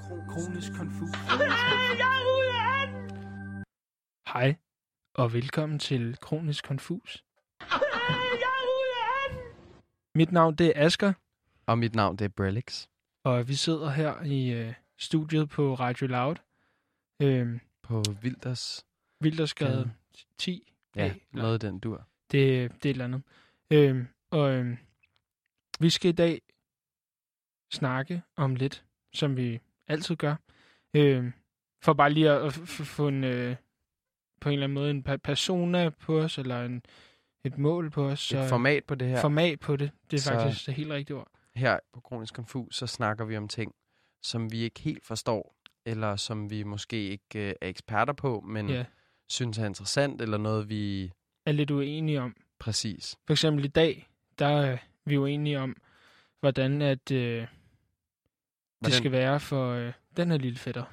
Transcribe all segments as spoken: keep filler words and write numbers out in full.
Kronisk konfus. Jeg er ude af den! Hej, og velkommen til Kronisk konfus. Jeg er ude af den! Mit navn det er Asger, Og mit navn det er Brelix. og vi sidder her i øh, studiet på Radio Loud. Øh, På Wilders. Vildersgade ti. Ja, A, eller- noget af den dur. Det, det er et eller andet. Øh, og øh, vi skal i dag snakke om lidt, som vi altid gør. Øh, for bare lige at, at f- få en, øh, på en eller anden måde en pa- persona på os, eller en, et mål på os. Så Et format på det her. format på det. Det er Så- faktisk det helt rigtige ord. Her på Kronisk Konfus, så snakker vi om ting, som vi ikke helt forstår, eller som vi måske ikke øh, er eksperter på, men Ja, synes er interessant, eller noget vi... er lidt uenige om. Præcis. For eksempel i dag, der er vi jo enige om, hvordan at øh, det Hvordan- skal være for øh, den her lille fætter.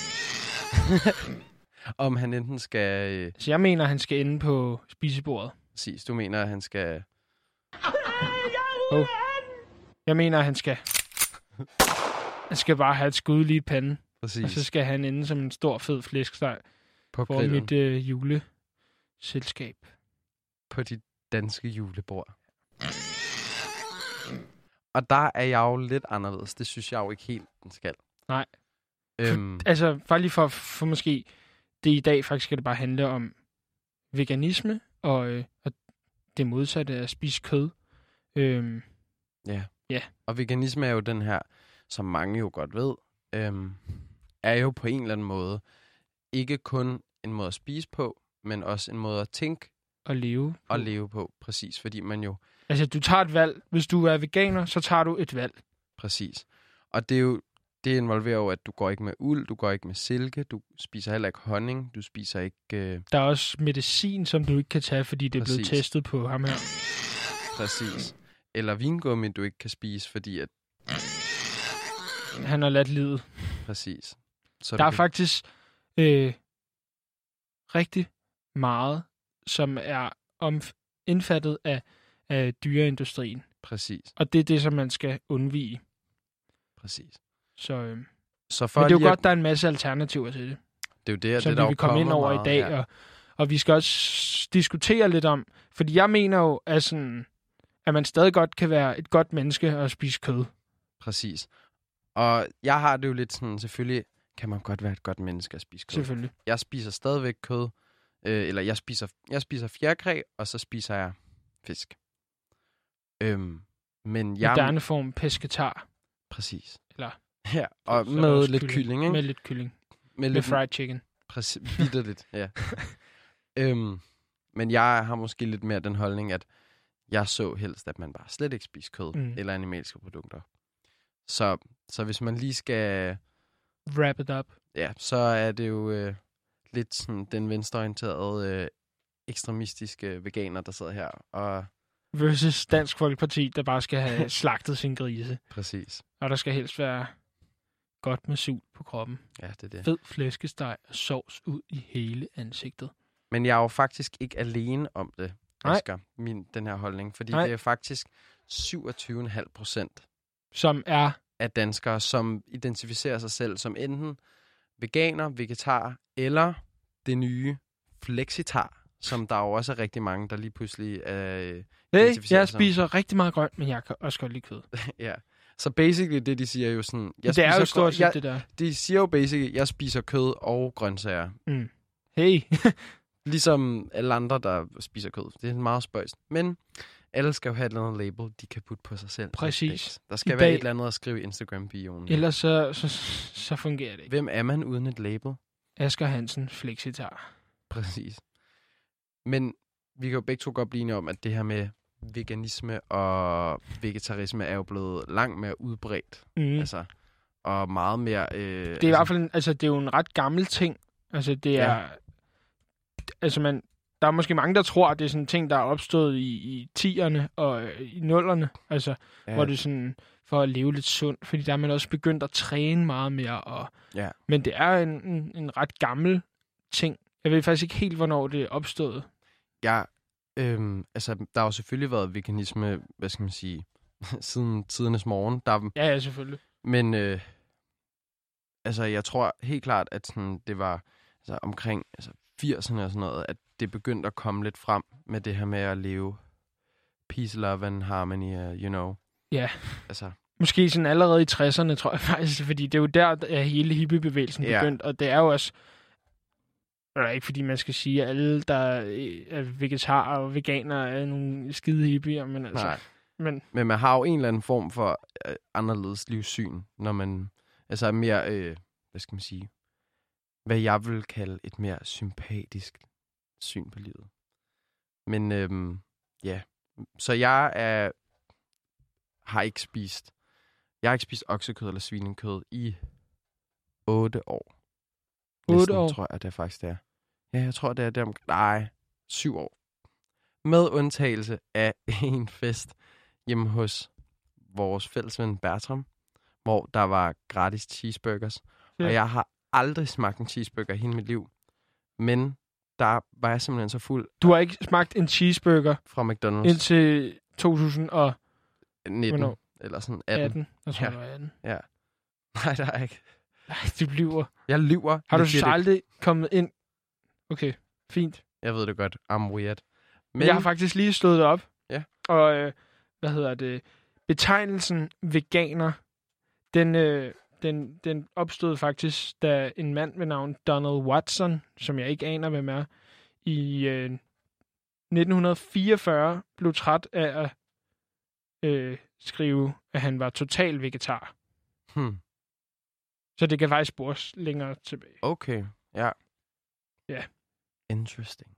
Om han enten skal... Øh, Så jeg mener, han skal ende på spisebordet. præcis, du mener, at han skal... Oh. Jeg mener, han skal... Han skal bare have et skud lige i panden. Præcis, Og så skal han ende som en stor, fed flæskesteg på for grillen. mit øh, juleselskab. På dit danske julebord. Og der er jeg jo lidt anderledes. Det synes jeg jo ikke helt, den skal. Nej. Øhm, Altså, bare lige for, for måske... Det i dag faktisk skal det bare handle om veganisme og, øh, og det modsatte af at spise kød. Øhm, Og veganisme er jo den her, som mange jo godt ved, øhm, er jo på en eller anden måde ikke kun en måde at spise på, men også en måde at tænke og leve. og leve på, præcis. Fordi man jo, Altså, du tager et valg. Hvis du er veganer, så tager du et valg. præcis. Og det er jo, det involverer jo, at du går ikke med uld, du går ikke med silke, du spiser heller ikke honning, du spiser ikke, øh, Der er også medicin, som du ikke kan tage, fordi det er blevet Præcis. testet på ham her. præcis. Eller vingummi, du ikke kan spise, fordi at, Han har ladt livet. præcis. Så Der du er kan- faktisk øh, rigtig meget, som er omf- indfattet af, af dyreindustrien. Præcis, Og det er det, som man skal undvige. præcis. Så, øh, Så for men det er jo lige at- godt, der er en masse alternativer til det, det er jo det, som det, der vi jo vil komme ind kommer over meget, i dag. ja. Og, og vi skal også s- diskutere lidt om, fordi jeg mener jo, at, sådan, at man stadig godt kan være et godt menneske og spise kød. Præcis. Og jeg har det jo lidt sådan, selvfølgelig kan man godt være et godt menneske at spise kød. Selvfølgelig. Jeg spiser stadigvæk kød, øh, eller jeg spiser, jeg spiser fjerkræ, og så spiser jeg fisk. Øhm, men jeg... Moderne form pesketar. Præcis. Eller- Ja, og Så er der med også lidt kylling, ikke? Med lidt kylling. Med Med fried chicken. Præcis, bitterligt, ja. øhm, men jeg har måske lidt mere den holdning, at jeg så helst, at man bare slet ikke spiser kød Mm. eller animalske produkter. Så, så hvis man lige skal... Wrap it up. Ja, så er det jo øh, lidt sådan den venstreorienterede, øh, ekstremistiske veganer, der sidder her. Og Versus Dansk Folkeparti, der bare skal have slagtet sin grise. præcis. Og der skal helst være godt med sult på kroppen. Ja, det er det. Fed flæskesteg og sovs ud i hele ansigtet. Men jeg er jo faktisk ikke alene om det, Nej. Asger, min, den her holdning. Fordi Nej. det er faktisk syvogtyve komma fem procent Som er, af danskere, som identificerer sig selv som enten veganer, vegetar eller det nye flexitar, som der jo også er rigtig mange, der lige pludselig er... Øh, hey, identificerer jeg sig som. spiser rigtig meget grønt, men jeg kan også godt lide kød. Ja. Så basically det, de siger jo sådan... Jeg Det er jo spiser stort grøn- set jeg, det der. De siger jo basically, jeg spiser kød og grøntsager. Mm. Hey, Ligesom alle andre, der spiser kød. Det er meget spøjst. Men alle skal jo have et eller andet label, de kan putte på sig selv. Præcis. Der skal I være dag- et eller andet at skrive i Instagram-bioen. ellers så, så, så fungerer det ikke. Hvem er man uden et label? Asger Hansen, flexitar. Præcis. Men vi kan jo begge to godt blive enige om, at det her med veganisme og vegetarisme er jo blevet langt mere udbredt. Mm. Mm. Altså, og meget mere... Øh, Det er altså, i hvert fald, en, altså det er jo en ret gammel ting. Altså det er, Ja. altså man, der er måske mange, der tror, at det er sådan en ting, der er opstået i, i tierne og øh, i nullerne. Altså, ja, hvor det er sådan, for at leve lidt sundt. Fordi der er man også begyndt at træne meget mere. Og, Ja. Men det er en, en, en ret gammel ting. Jeg ved faktisk ikke helt, hvornår det er opstået. Ja, øhm, altså, der har jo selvfølgelig været veganisme, hvad skal man sige, siden tidernes morgen. Der, Ja, ja, selvfølgelig. men, øh, altså, jeg tror helt klart, at sådan, det var altså, omkring altså, firserne og sådan noget, at det begyndte at komme lidt frem med det her med at leve peace, love and harmony, uh, you know. Ja. Altså. Måske sådan allerede i tresserne, tror jeg faktisk, fordi det er jo der, at hele hippiebevægelsen Ja. begyndte, og det er jo også, eller ikke fordi man skal sige, at alle, der er vegetarer og veganere, er nogle skide hippier, men altså. Nej. Men, Men man har jo en eller anden form for øh, anderledes livssyn, når man altså er mere, øh, hvad skal man sige, hvad jeg vil kalde et mere sympatisk syn på livet. Men øhm, ja, så jeg er, har ikke spist, jeg har ikke spist oksekød eller svinekød i otte år. Otte Næsten, år? tror jeg, det er faktisk det er. Ja, jeg tror, det er det om, nej, syv år. Med undtagelse af en fest hjemme hos vores fælles ven Bertram, hvor der var gratis cheeseburgers. Ja. Og jeg har aldrig smagt en cheeseburger i hele mit liv. Men der var jeg simpelthen så fuld. Du har ikke smagt en cheeseburger fra McDonald's indtil to tusind nitten hvornår? eller sådan atten. atten. Jeg tror, Ja. det var atten. Ja. Nej, der er ikke. Nej, du lyver. Jeg lyver. Har du legit så ikke. aldrig kommet ind? Okay, fint. Jeg ved det godt. I'm weird. Men jeg har faktisk lige slået det op. Ja. Og, øh, hvad hedder det? Betegnelsen veganer, den, øh, den, den opstod faktisk, da en mand ved navn Donald Watson, som jeg ikke aner, hvem er, i øh, nitten fireogfyrre blev træt af at øh, skrive, at han var total vegetar. Hmm. Så det kan faktisk spores længere tilbage. Okay, ja. Ja. Interesting.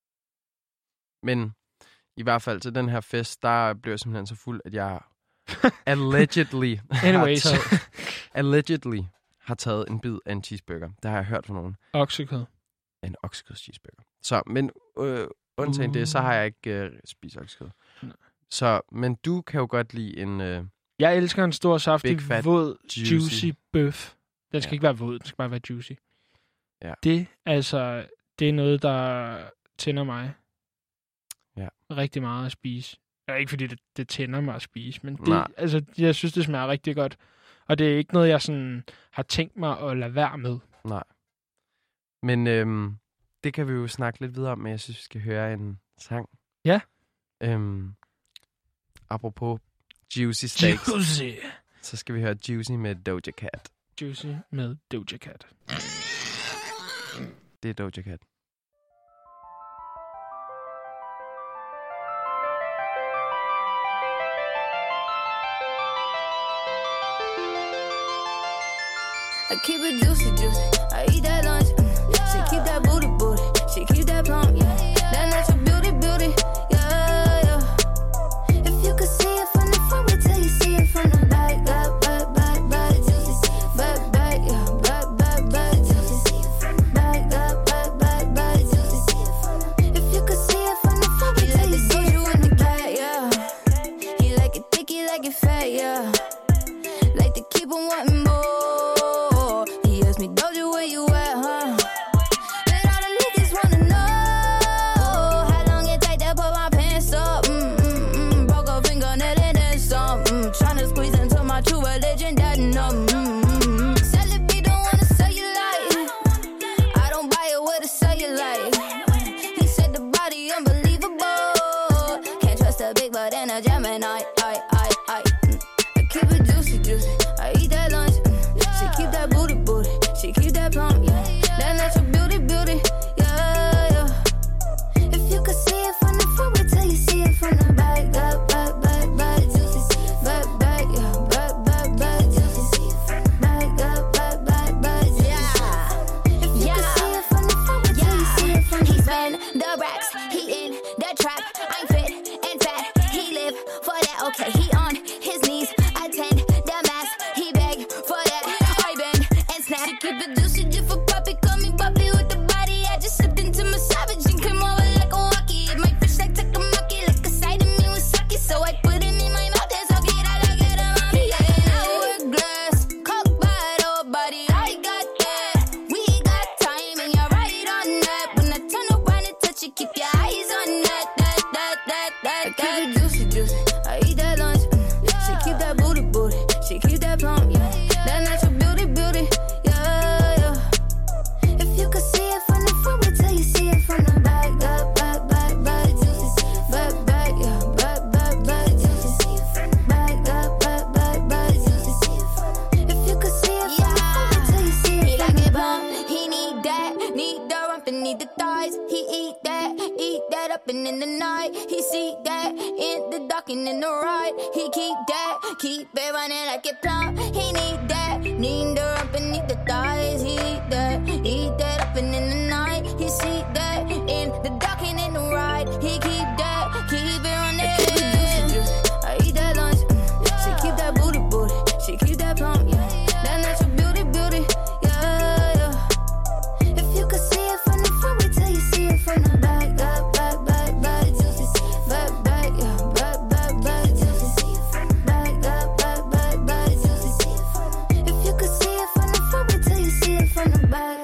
Men i hvert fald til den her fest, der blev jeg simpelthen så fuld, at jeg allegedly Anyways. har taget, allegedly har taget en bid af en cheeseburger. Det har jeg hørt fra nogen. Oksekød. En oksekøds cheeseburger. Så, men øh, undtagen uh. det, så har jeg ikke øh, spist oksekød. Nej. Så, men du kan jo godt lide en... Øh, Jeg elsker en stor, saftig, Big fat, våd, juicy, juicy. juicy bøf. Den skal Ja. ikke være våd, den skal bare være juicy. Ja. Det, altså, det er noget, der tænder mig Ja. rigtig meget at spise. Ja, ikke fordi det, det tænder mig at spise, men det, Nej. altså, jeg synes, det smager rigtig godt. Og det er ikke noget, jeg sådan har tænkt mig at lade være med. Nej. Men øhm, det kan vi jo snakke lidt videre om, men jeg synes, vi skal høre en sang. Ja. Øhm, apropos Juicy Steaks, Juicy. så skal vi høre Juicy med Doja Cat. Juicy med Doja Cat. Det er Doja Cat. I keep it juicy, juicy. I eat that lunch. Mm. She keep that booty, booty. She keep that plump. Yeah. That natural beauty, beauty. Yeah, yeah. If you could see it from the front, wait till you see it from the back. Back, back, back, back, juicy. Back, back, yeah. Back, back, back, juicy. Back, back, back, back, back, juicy. If you could see it from the front, wait till you see it from the back. Yeah. He like it thick, he like it fat. Yeah. Like to keep on wanting more. Me Doja, where you at, huh? And all the niggas wanna know how long it take to put my pants up. Mm, mm, mm. Broke a fingernail and then some. Mm. Tryna squeeze into my true religion, that no. Mm, mm, mm. Sell it, be don't wanna sell you like. I don't buy it with a cellulite. He said the body unbelievable. Can't trust a big butt and a Gemini. I, I, I. Mm. I keep it juicy, juicy. I eat that lunch. Mm. She keep that booty, booty. She keep that plump, yeah. That natural beauty, beauty, yeah, yeah. If you could see it from the front, wait till you see it from the back. Back, back, back, back, juicy. Back, back, yeah. Back, back, back, juicy. up and in the night. He see that in the dark and in the right. He keep that, keep it running like a pump. He need that, need her up and need the thighs. He eat that, eat that up and in the night. He see that in the dark and in the right. He keep that, keep it running. I keep it juicy, juicy. I eat that lunch. Mm. She keep that booty, booty. She keep that plump. Yeah. That natural beauty, beauty. Yeah, yeah. If you could see it from the front, wait till you see it from the back. Back, back, back, back, juicy. Back, back, yeah. Back, back, back, juicy. Back, back, back, back, back, juicy. If you could see it from the front, wait till you see it from the back.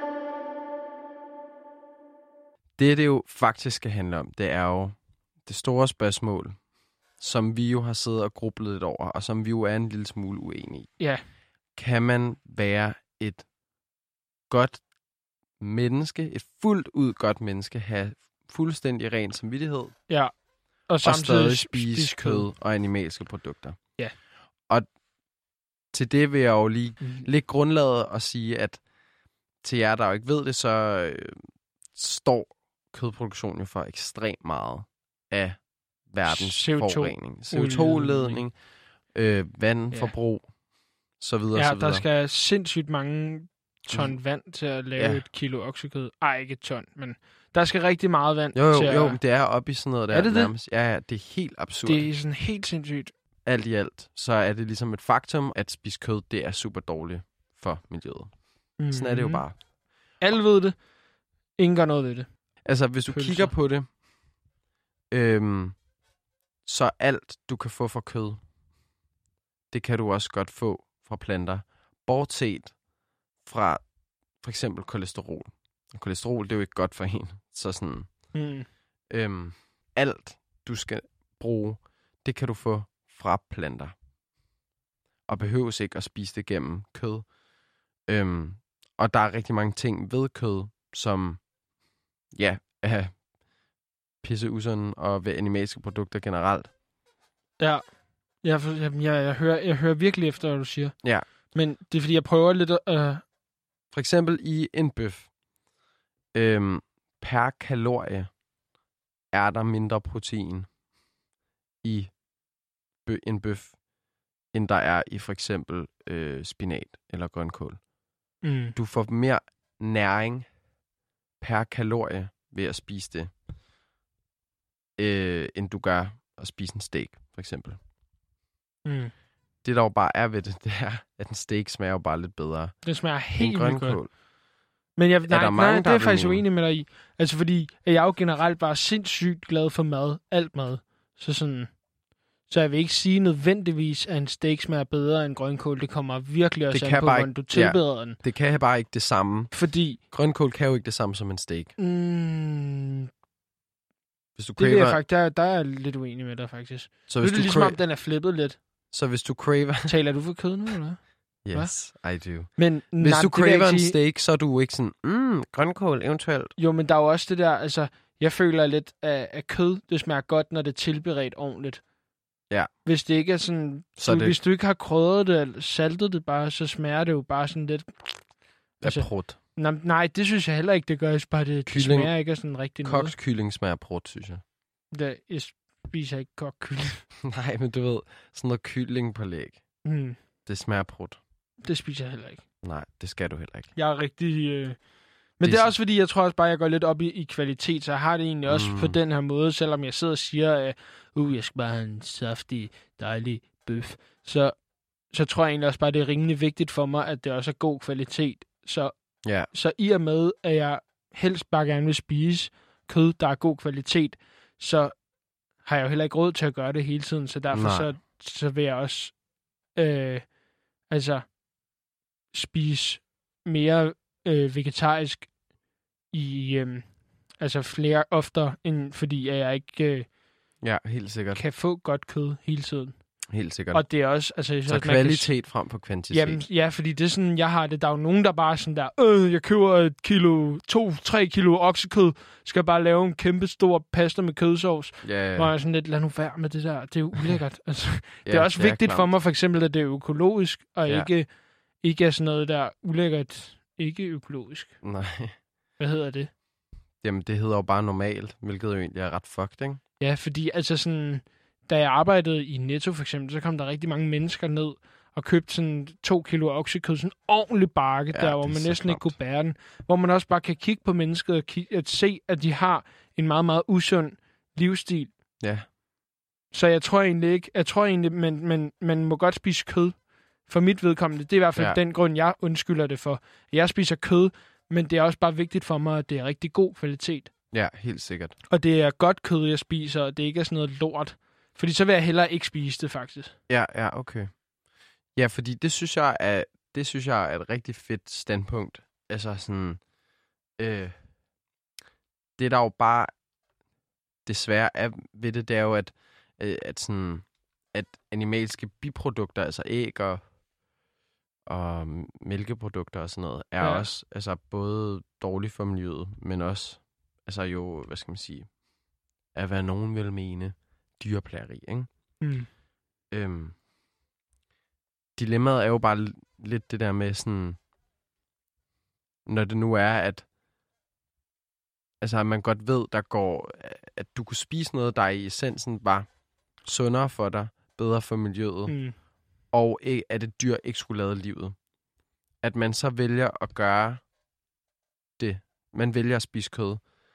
Det, det jo faktisk skal handle om, det er jo det store spørgsmål, som vi jo har siddet og grublet lidt over, og som vi jo er en lille smule uenige i. Ja. Kan man være et godt menneske, et fuldt ud godt menneske, have fuldstændig ren samvittighed, Ja. Og og samtidig stadig spise spise kød og animalske produkter? Ja. Og til det vil jeg jo lige Mm. lægge grundlaget og sige, at til jer, der jo ikke ved det, så øh, står kødproduktion jo for ekstremt meget af verdens C O to forurening. C O to-udledning, øh, vandforbrug, så videre, så Ja, videre. der skal sindssygt mange ton Mm. vand til at lave Ja. et kilo oksekød. Ej, ikke et ton, men der skal rigtig meget vand Jo, til jo, at... jo, det er oppe i sådan noget der. Er det det? nærmest. Ja, ja, det er helt absurd. Det er sådan helt sindssygt. Alt i alt, så er det ligesom et faktum, at spise kød, det er super dårligt for miljøet. Mm. Sådan er det jo bare. Alle ved det. Ingen gør noget ved det. Altså, hvis du Pølser. kigger på det, øhm, så alt, du kan få fra kød, det kan du også godt få fra planter. Bortset fra for eksempel kolesterol. Og kolesterol, det er jo ikke godt for en. Så sådan, Mm. øhm, alt, du skal bruge, det kan du få fra planter. Og behøves ikke at spise det gennem kød. Øhm, og der er rigtig mange ting ved kød, som ja, er pisseusunde og ved animalske produkter generelt. Ja. Jeg, jeg, jeg, jeg, hører, jeg hører virkelig efter, hvad du siger. Ja. Men det er, fordi jeg prøver lidt at... Øh, For eksempel i en bøf. Øhm, per kalorie er der mindre protein i bø- en bøf, end der er i for eksempel øh, spinat eller grønkål. mm. Du får mere næring per kalorie ved at spise det, øh, end du gør at spise en steak, for eksempel. Mm. Det, der jo bare er ved det, det er, at en steak smager jo bare lidt bedre Det smager end helt vildt godt. grønkål. Men jeg, nej, der nej, mange, det der er jeg vil faktisk mene? uenig med dig i. Altså fordi, at jeg er jo generelt bare sindssygt glad for mad. Alt mad. Så sådan... Så jeg vil ikke sige nødvendigvis, at en steak smager bedre end grønkål. Det kommer virkelig også Det an kan på, bare hvordan du tilbereder den. Det kan bare ikke det samme. Fordi... Grønkål kan jo ikke det samme som en steak. Mm, Hvis du det vil jeg craver, faktisk... Der, der er jeg lidt uenig med dig, faktisk. så Nu hvis er det du ligesom, cra- om den er flippet lidt. så hvis du craver, Taler du for kød nu, eller? yes, I do. Men, Hvis nej, du det vil jeg craver ikke en sige. steak, så er du ikke sådan, mm, grønkål eventuelt. Jo, men der er jo også det der, altså... Jeg føler lidt, at, at kød, det smager godt, når det er tilberedt ordentligt. Ja. Hvis det ikke er sådan... Så Så er det- Hvis du ikke har krydret det, eller saltet det bare, så smager det jo bare sådan lidt... Altså, Af prut. nej, nej, det synes jeg heller ikke, det gør. Jeg synes bare, det, det Kylling- smager ikke af sådan rigtig noget. Kogt kylling smager af prut, synes jeg. Det, jeg spiser ikke kogt kylling. Nej, men du ved, sådan noget kyllingpålæg, Mm, det smager af prut. det spiser jeg heller ikke. Nej, det skal du heller ikke. Jeg er rigtig... Øh... Men Det det, det er er også fordi, jeg tror også bare, jeg går lidt op i, i kvalitet, så jeg har det egentlig også Mm. på den her måde, selvom jeg sidder og siger, at uh, jeg skal bare have en saftig, dejlig bøf. Så, så tror jeg egentlig også bare, det er rimelig vigtigt for mig, at det også er god kvalitet. Så, Ja, så i og med, at jeg helst bare gerne vil spise kød, der er god kvalitet, så har jeg jo heller ikke råd til at gøre det hele tiden, så derfor så, så vil jeg også øh, altså spise mere øh, vegetarisk i øh, altså flere oftere, end fordi at jeg ikke øh, ja, helt sikkert. kan få godt kød hele tiden. Helt sikkert. Og det er også altså jeg synes, så at man kan kvalitet frem for kvantitet. Jamen, ja, fordi det er sådan, jeg har det. Der er jo nogen, der bare er sådan der, øh, jeg køber et kilo, to, tre kilo oksekød, skal bare lave en kæmpe stor pasta med kødsovs. ja, Hvor jeg er sådan lidt, lad nu være med det der, det er jo ulækkert. Altså, ja, det er også vigtigt for klamt. mig, for eksempel, at det er økologisk, og Ja. ikke, ikke er sådan noget der ulækkert, ikke økologisk. Nej, Hvad hedder det? Jamen, det hedder jo bare normalt, hvilket jo egentlig er ret fucked, ikke? Ja, fordi altså sådan, da jeg arbejdede i Netto for eksempel, så kom der rigtig mange mennesker ned og købte sådan to kilo oksekød, sådan en ordentlig bakke, Ja, der hvor det er man så næsten ikke klamt. kunne bære den. Hvor man også bare kan kigge på mennesket og ki- at se, at de har en meget, meget usund livsstil. Ja. Så jeg tror egentlig ikke, jeg tror egentlig, man, man, man må godt spise kød. For mit vedkommende, det er i hvert fald Ja. den grund, jeg undskylder det for. Jeg spiser kød, men det er også bare vigtigt for mig, at det er rigtig god kvalitet. Ja, helt sikkert. Og det er godt kød, jeg spiser, og det ikke er sådan noget lort. Fordi så vil jeg hellere ikke spise det, faktisk. Ja, ja, okay. Ja, fordi det synes jeg er, det synes jeg er et rigtig fedt standpunkt. Altså sådan, øh, det der jo bare desværre er ved det, det er jo, at, øh, at sådan, at animalske biprodukter, altså æg og, og mælkeprodukter og sådan noget, er Ja. også altså både dårligt for miljøet, men også, altså jo, hvad skal man sige, at hvad nogen vil mene, dyreplageri, ikke? Mm. Øhm, dilemmaet er jo bare l- lidt det der med sådan, når det nu er, at altså, at man godt ved, der går, at du kunne spise noget, der i essensen var sundere for dig, bedre for miljøet, Mm. og ikke, at et dyr ikke skulle lade livet. At man så vælger at gøre det. Man vælger at spise kød.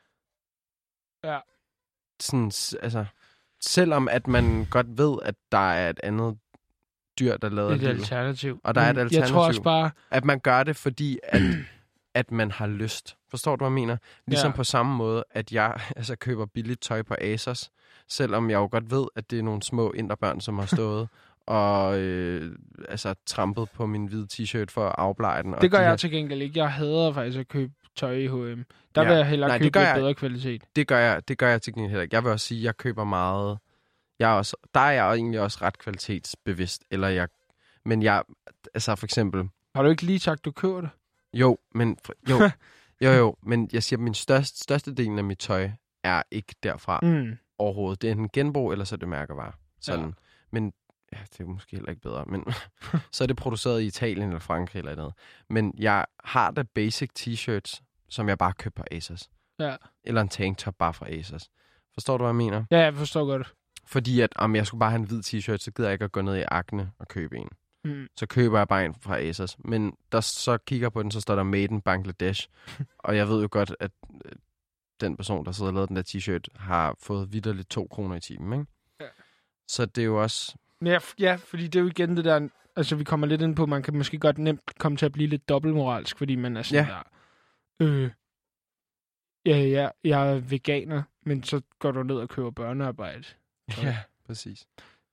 Ja. Sådan, s- altså, selvom at man godt ved, at der er et andet dyr, der lader Et livet. alternativ. Og der er et Men Jeg alternativ. tror også bare, At man gør det, fordi at, at man har lyst. Forstår du, hvad jeg mener? Ligesom Ja. på samme måde, at jeg altså, køber billigt tøj på ASOS, selvom jeg jo godt ved, at det er nogle små interbørn, som har stået og øh, altså, trampet på min hvide t-shirt for at afblege den. Og det gør de jeg her- til gengæld ikke. Jeg hader faktisk at købe tøj i H og M. Der Ja. vil jeg hellere Nej, det købe gør lidt jeg- bedre kvalitet. Det gør jeg, det gør jeg til gengæld heller ikke. Jeg vil også sige, at jeg køber meget. Jeg er også, der er jeg egentlig også ret kvalitetsbevidst. Eller jeg, men jeg, altså for eksempel, Har du ikke lige sagt, du køber det? jo, men jo, jo, jo, men jeg siger, at min største, største del af mit tøj er ikke derfra Mm. overhovedet. Det er enten genbrug, eller så er det mærkevare. Sådan. Ja. Men ja, det er måske heller ikke bedre. Men så er det produceret i Italien eller Frankrig eller noget. Men jeg har da basic t-shirts, som jeg bare køber på ASOS. Ja. Eller en tanktop bare fra ASOS. Forstår du, hvad jeg mener? Ja, jeg forstår godt. Fordi at om jeg skulle bare have en hvid t-shirt, så gider jeg ikke at gå ned i Acne og købe en. Mm. Så køber jeg bare en fra ASOS. Men der så kigger jeg på den, så står der Made in Bangladesh. Og jeg ved jo godt, at øh, den person, der sidder og lavede den der t-shirt, har fået vitterligt to kroner i timen, ikke? Ja. Så det er jo også... Men ja, f- ja, fordi det er jo igen det der, altså vi kommer lidt ind på, man kan måske godt nemt komme til at blive lidt dobbeltmoralsk, fordi man er sådan Ja. der, øh, ja, ja, jeg er veganer, men så går du ned og køber børnearbejde. Ja, præcis.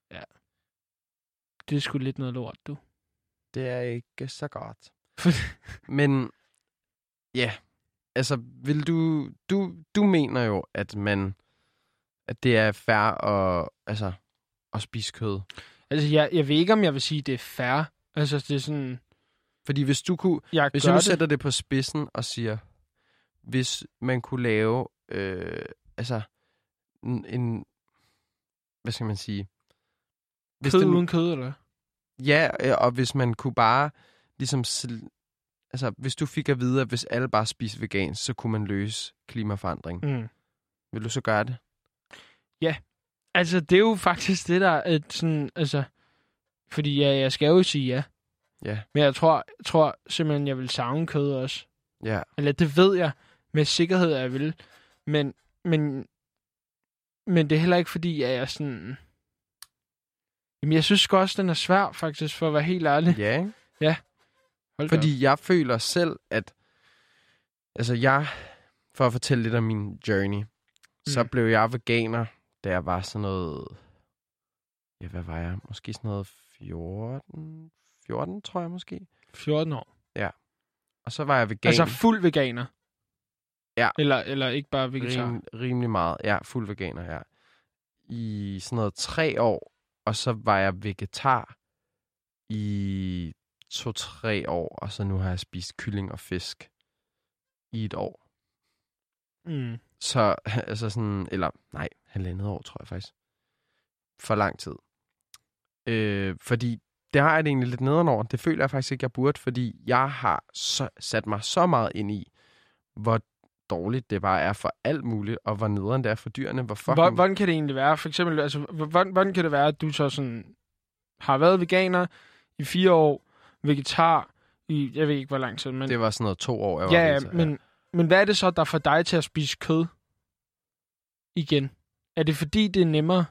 Det er sgu lidt noget lort, du. Det er ikke så godt. Men ja, altså vil du, du, du mener jo, at man, at det er fair at, altså, at spise kød. Altså, jeg, jeg ved ikke, om jeg vil sige, det er fair. Altså, det er sådan, Fordi hvis du kunne, jeg hvis gør jeg nu det. sætter det på spidsen og siger, hvis man kunne lave, øh, altså, en, en, hvad skal man sige? Hvis Kød det nu- uden kød, eller? Ja, øh, og hvis man kunne bare ligesom... sl- Altså, hvis du fik at vide, at hvis alle bare spiser vegansk, så kunne man løse klimaforandring. Mm. Vil du så gøre det? Altså, det er jo faktisk det, der er sådan, altså, fordi ja, jeg skal jo sige ja. Ja. Men jeg tror, jeg tror simpelthen, jeg vil savne kød også. Ja. Eller det ved jeg med sikkerhed, at jeg vil. Men, men, men det er heller ikke fordi, at jeg er sådan... Jamen, jeg synes også, den er svær, faktisk, for at være helt ærlig. Ja, ikke? Hold da op. Fordi jeg føler selv, at... Altså, jeg... For at fortælle lidt om min journey, mm. så Mm. blev jeg veganer, da jeg var sådan noget... Ja, hvad var jeg? Måske sådan noget fjorten... fjorten, tror jeg måske. fjorten år. Og så var jeg vegan. Altså fuld veganer. Ja. Eller, eller ikke bare vegetar. Rim, rimelig meget. Ja, fuld veganer, ja. I sådan noget tre år, og så var jeg vegetar i to-tre år, og så nu har jeg spist kylling og fisk i et år. Mm. Så, altså sådan, eller nej, halvandet år, tror jeg faktisk. For lang tid. Øh, fordi det har jeg det egentlig lidt nederen over. Det føler jeg faktisk ikke, jeg burde, fordi jeg har så, sat mig så meget ind i, hvor dårligt det bare er for alt muligt, og hvor nederen det er for dyrene. Hvor fucking... Hvor, hvordan kan det egentlig være? For eksempel, altså, hvordan, hvordan kan det være, at du så sådan har været veganer i fire år, vegetar i, jeg ved ikke, hvor lang tid, men... Det var sådan noget to år, jeg var Ja, ja, vegetar, men, men hvad er det så, der får dig til at spise kød igen? Er det fordi, det er nemmere?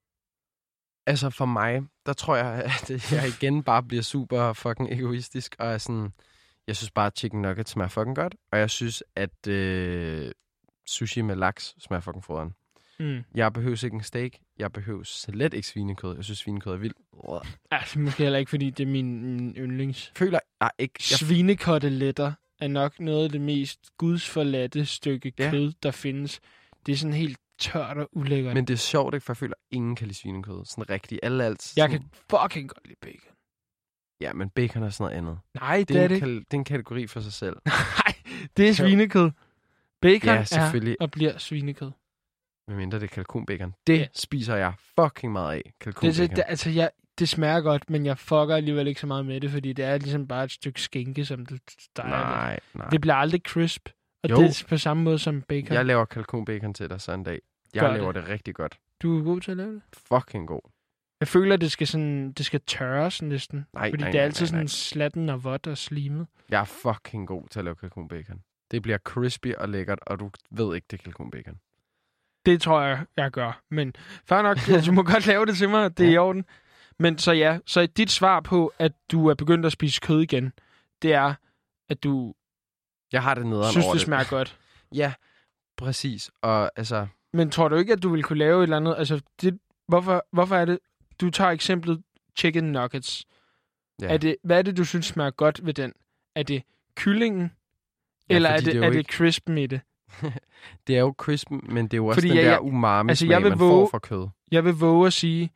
Altså for mig, der tror jeg, at jeg igen bare bliver super fucking egoistisk, og er sådan, jeg synes bare, at chicken nuggets smager fucking godt, og jeg synes, at øh, sushi med laks smager fucking foderen. Mm. Jeg behøver ikke en steak, jeg behøver slet ikke svinekød. Jeg synes, svinekød er vildt. Altså, måske heller ikke, fordi det er min, min yndlings. Føler jeg ikke... Jeg... Svinekoteletter er nok noget af det mest gudsforladte stykke Ja. kød, der findes. Det er sådan helt tørt og ulækkert. Men det er sjovt, ikke? For jeg føler, at ingen kan lide svinekød. Sådan rigtigt. Alle alt. Sådan... Jeg kan fucking godt lide bacon. Ja, men bacon er sådan noget andet. Nej, det, Det det er, er det en, ikke. kal- det er en kategori for sig selv. Nej, det er svinekød. Bacon Ja, selvfølgelig. er og bliver svinekød. Medmindre det er kalkunbacon. Det Ja. spiser jeg fucking meget af. Det, Kalkunbacon. det, det, altså, jeg, det smager godt, men jeg fucker alligevel ikke så meget med det, fordi det er ligesom bare et stykke skinke, som du steger. Nej, nej. Det bliver aldrig crisp. Og Jo. det er på samme måde som bacon. Jeg laver kalkunbacon til dig så en dag. Jeg Gør laver det. det. det rigtig godt. Du er god til at lave det? Fucking god. Jeg føler, at det skal, sådan, det skal tørres næsten. Nej, fordi nej, det er nej, altid nej, nej. sådan slatten og vådt og slimet. Jeg er fucking god til at lave kalkunbacon. Det bliver crispy og lækkert, og du ved ikke, det er kalkunbacon. Det tror jeg, jeg gør. Men fair nok, altså, du må godt lave det til mig. Det er Ja. i orden. Men så ja, så dit svar på, at du er begyndt at spise kød igen, det er, at du Jeg har det nederen synes, over det smager godt. Ja, præcis. Og altså, Men tror du ikke, at du ville kunne lave et eller andet? Altså, det, hvorfor, hvorfor er det, du tager eksemplet chicken nuggets. ja. Er det, hvad er det, du synes smager godt ved den? Er det kyllingen? Ja, Eller er fordi det, det er er jo det ikke- crispen i det? det er jo crisp, men det er jo også Fordi den jeg- der jeg- umami altså, smag, jeg vil man våge- får fra kød. Jeg vil våge at sige,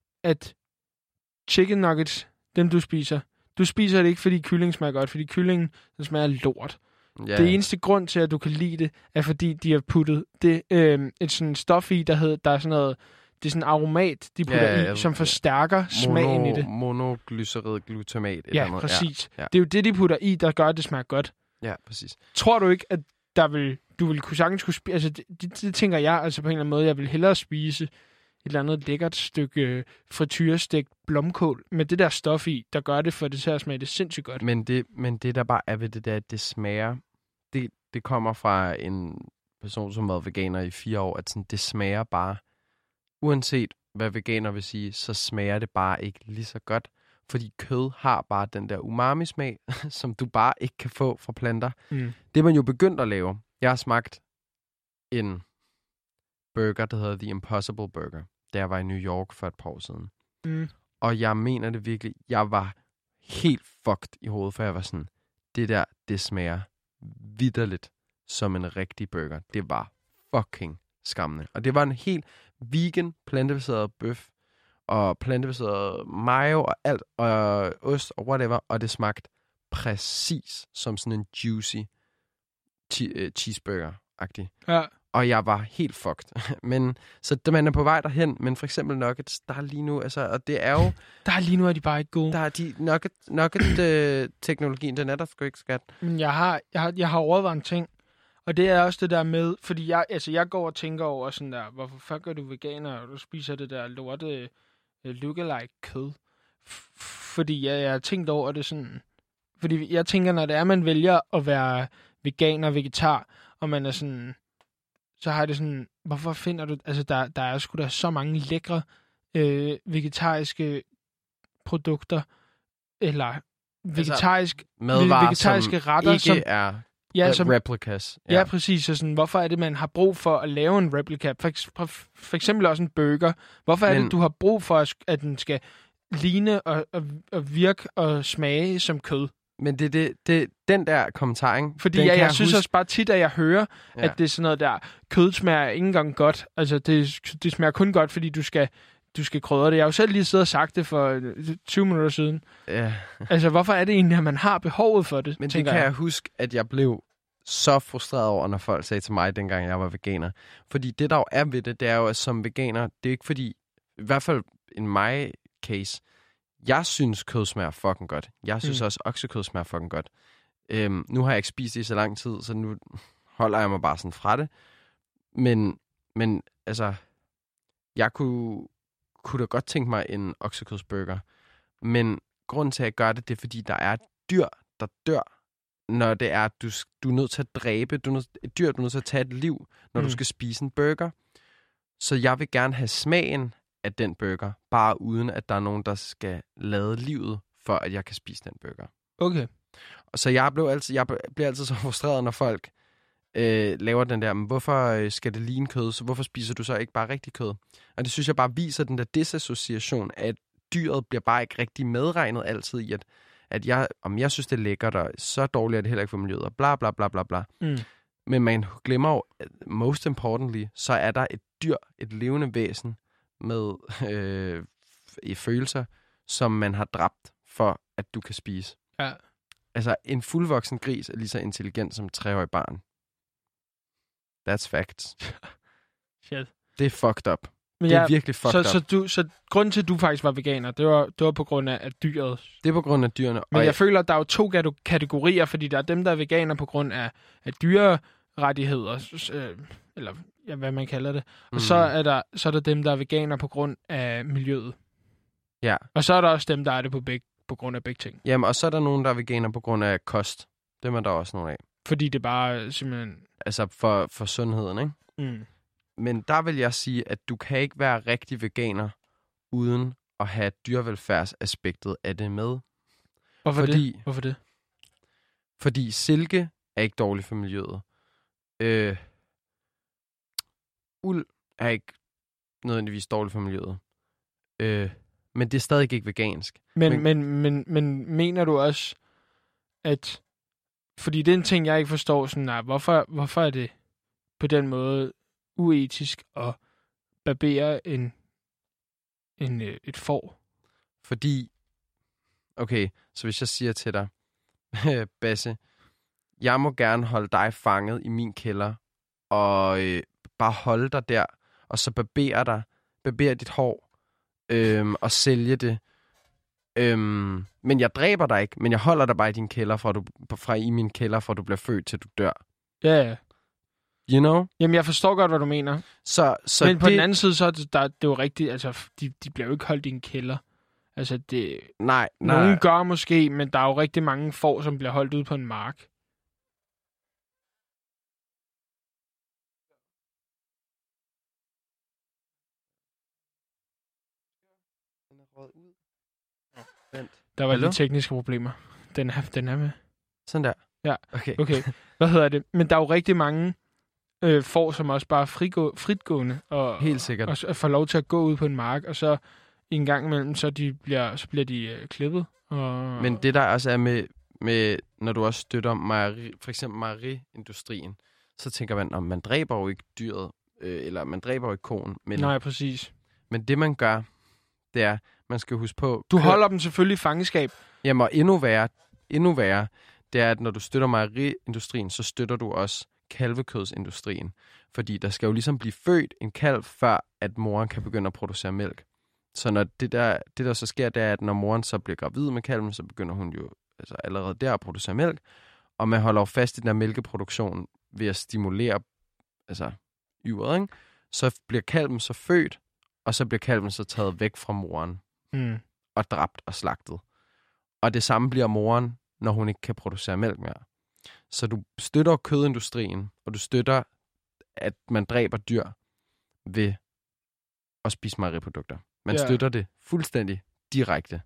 at chicken nuggets, dem du spiser, du spiser det ikke, fordi kyllingen smager godt, fordi kyllingen den smager lort. Ja. Det eneste grund til, at du kan lide det, er fordi de har puttet det, øh, et sådan stof i, der, hedder, der er sådan noget, det er sådan aromat, de putter Ja, ja, i, ja. som forstærker smagen i det. Monoglycerid glutamat. et Ja, eller andet. præcis. Ja, ja. Det er jo det, de putter i, der gør, at det smager godt. Ja, præcis. Tror du ikke, at der vil, du vil kunne sagtens kunne spise... Altså, det, det, det tænker jeg altså på en eller anden måde. Jeg vil hellere spise et eller andet lækkert stykke frityrestegt blomkål med det der stof i, der gør det for det til at smage det sindssygt godt. Men det, men det, der bare er ved det, der, at det smager... Det, det kommer fra en person, som har været veganer i fire år, at sådan, det smager bare... Uanset hvad veganer vil sige, så smager det bare ikke lige så godt. Fordi kød har bare den der umami-smag, som du bare ikke kan få fra planter. Mm. Det er man jo begyndt at lave. Jeg har smagt en burger, der hedder The Impossible Burger, da jeg var i New York for et par år siden. Mm. Og jeg mener det virkelig. Jeg var helt fucked i hovedet, for jeg var sådan, det der, det smager vitterligt som en rigtig burger. Det var fucking skræmmende. Og det var en helt vegan, plantebaseret bøf, og plantebaseret mayo og alt, og ost og whatever, og det smagte præcis som sådan en juicy che- uh, cheeseburger-agtig. Ja. Og jeg var helt fucked. Men, så da man er på vej derhen, men for eksempel nuggets, der er lige nu, altså, og det er jo, Der er lige nu, er de bare ikke gode. der er de nugget, nugget øh, teknologien, den er der sgu ikke, skat. Men jeg har, jeg, har, jeg har overvejet en ting, og det er også det der med, fordi jeg, altså, jeg går og tænker over sådan der, hvorfor fuck er du veganer, og du spiser det der lorte uh, lookalike kød? F- fordi jeg, jeg har tænkt over det sådan, fordi jeg tænker, når det er, man vælger at være veganer, vegetar, og man er sådan, så har det sådan, hvorfor finder du, altså der, der er sgu da så mange lækre øh, vegetariske produkter, eller vegetarisk, Madvarer, vegetariske som retter, ikke som- er ja, re- som, replicas. ja. ja, præcis. Og sådan, hvorfor er det, man har brug for at lave en replika? For, for, for eksempel også en burger. Hvorfor er Men- det, du har brug for, at, at den skal ligne og, og, og virke og smage som kød? Men det, det, det, den der kommentar, ikke? Fordi den jeg, kan jeg synes huske- også bare tit, at jeg hører, Ja. ja. at det er sådan noget der, kød smager ikke engang godt. Altså, det, det smager kun godt, fordi du skal, du skal krydre det. Jeg har jo selv lige siddet og sagt det for øh, tyve minutter siden. Ja. Altså, hvorfor er det egentlig, at man har behovet for det, Men det tænker kan jeg. jeg huske, at jeg blev så frustreret over, når folk sagde til mig, dengang jeg var veganer. Fordi det, der jo er ved det, det er jo, at som veganer, det er ikke fordi, i hvert fald in my case, jeg synes, kød smager fucking godt. Jeg synes Mm. også, oksekød smager fucking godt. Øhm, nu har jeg ikke spist det i så lang tid, så nu holder jeg mig bare sådan fra det. Men, men altså, jeg kunne, kunne da godt tænke mig en oksekødsburger. Men grunden til, at jeg gør det, det er, fordi der er et dyr, der dør, når det er, at du, du er nødt til at dræbe. Du er nødt, et dyr, du er nødt til at tage et liv, når mm. du skal spise en burger. Så jeg vil gerne have smagen af den burger, bare uden at der er nogen, der skal lade livet, for at jeg kan spise den burger. Okay. Så jeg, blev altid, jeg bliver altid så frustreret, når folk øh, laver den der, men hvorfor skal det ligne kød, så hvorfor spiser du så ikke bare rigtig kød? Og det synes jeg bare viser den der disassociation, at dyret bliver bare ikke rigtig medregnet altid i, at, at jeg, om jeg synes, det er lækkert, og så dårligt er det heller ikke for miljøet, og bla bla bla bla bla. Mm. Men man glemmer jo, most importantly, så er der et dyr, et levende væsen med øh, i følelser, som man har dræbt for, at du kan spise. Ja. Altså, en fuldvoksen gris er lige så intelligent som et treårig barn. That's facts. Shit. Det er fucked up. Men det er ja, virkelig fucked så, up. Så, du, så grunden til, at du faktisk var veganer, det var, det var på grund af at dyret... Det er på grund af dyrene. Men jeg, jeg føler, at der er jo to kategorier, fordi der er dem, der er veganer på grund af, af dyrerettigheder, øh, eller ja, hvad man kalder det. Og mm. så, er der, så er der dem, der er veganer på grund af miljøet. Ja. Og så er der også dem, der er det på, begge, på grund af begge ting. Jamen, og så er der nogen, der er veganer på grund af kost. Dem er der også nogle af. Fordi det bare simpelthen... Altså for, for sundheden, ikke? Mm. Men der vil jeg sige, at du kan ikke være rigtig veganer, uden at have dyrevelfærdsaspektet af det med. Hvorfor fordi, det? Hvorfor det? Fordi silke er ikke dårligt for miljøet. Øh, uld er ikke nødvendigvis dårligt for miljøet. Øh, men det er stadig ikke vegansk. Men, men, men, men, men mener du også, at... Fordi det er en ting, jeg ikke forstår. Sådan, nej, hvorfor, hvorfor er det på den måde uetisk at barbere en, en, et får? Fordi... Okay, så hvis jeg siger til dig, Basse, jeg må gerne holde dig fanget i min kælder, og øh, bare holde dig der, og så barbere dig, barbere dit hår, øh, og sælge det. Øhm, men jeg dræber dig ikke, men jeg holder dig bare i din kælder, fra, du, fra i min kælder, fra du bliver født, til du dør. Ja, ja. You know? Jamen, jeg forstår godt, hvad du mener. Så, så men på det... den anden side, så er det, der, det er jo rigtigt, altså, de, de bliver jo ikke holdt i en kælder. Altså, det... Nej, nej. Nogen gør måske, men der er jo rigtig mange får, som bliver holdt ude på en mark. Den er røget ud. Vent. Der var lige tekniske problemer. Den er, den er med. Sådan der? Ja. Okay. okay. Hvad hedder det? Men der er jo rigtig mange øh, får, som også bare er frigå, fritgående. Og, Helt sikkert. Og, og får lov til at gå ud på en mark, og så en gang imellem, så, de bliver, så bliver de øh, klippet. Og... Men det der også er med, med når du også støtter mejeri, for eksempel mejeriindustrien, så tænker man, om man dræber jo ikke dyret, øh, eller man dræber jo ikke koen. Men, Nej, præcis. Men det man gør, det er, man skal huske på... Du holder dem selvfølgelig i fangenskab. Jamen, og endnu værre, endnu værre, det er, at når du støtter mejeriindustrien, så støtter du også kalvekødsindustrien. Fordi der skal jo ligesom blive født en kalv, før at moren kan begynde at producere mælk. Så når det der, det der så sker, det er, at når moren så bliver gravid med kalven, så begynder hun jo altså allerede der at producere mælk. Og man holder jo fast i den der mælkeproduktion ved at stimulere altså, yveret, ikke? Så bliver kalven så født, og så bliver kalven så taget væk fra moren. Mm. Og dræbt og slagtet. Og det samme bliver moren, når hun ikke kan producere mælk mere. Så du støtter kødindustrien, og du støtter, at man dræber dyr ved at spise mejeriprodukter. Man ja. støtter det fuldstændig direkte.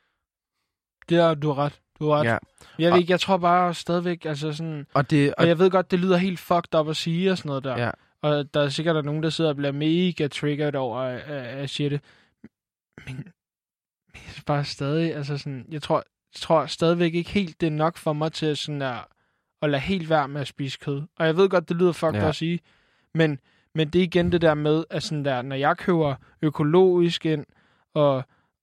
Det er, du har ret. Du har ret. Ja. Jeg, ved og, ikke, jeg tror bare stadigvæk, altså sådan... Og, det, og, og jeg ved godt, det lyder helt fucked up at sige og sådan noget der. Ja. Og der er sikkert der nogen, der sidder og bliver mega triggered over, at jeg siger det. Men, men jeg bare stadig, altså sådan... Jeg tror, jeg tror stadigvæk ikke helt, det er nok for mig til sådan der, at lade helt være med at spise kød. Og jeg ved godt, det lyder fucked ja. at sige. Men, men det er igen det der med, at sådan der, når jeg køber økologisk ind, og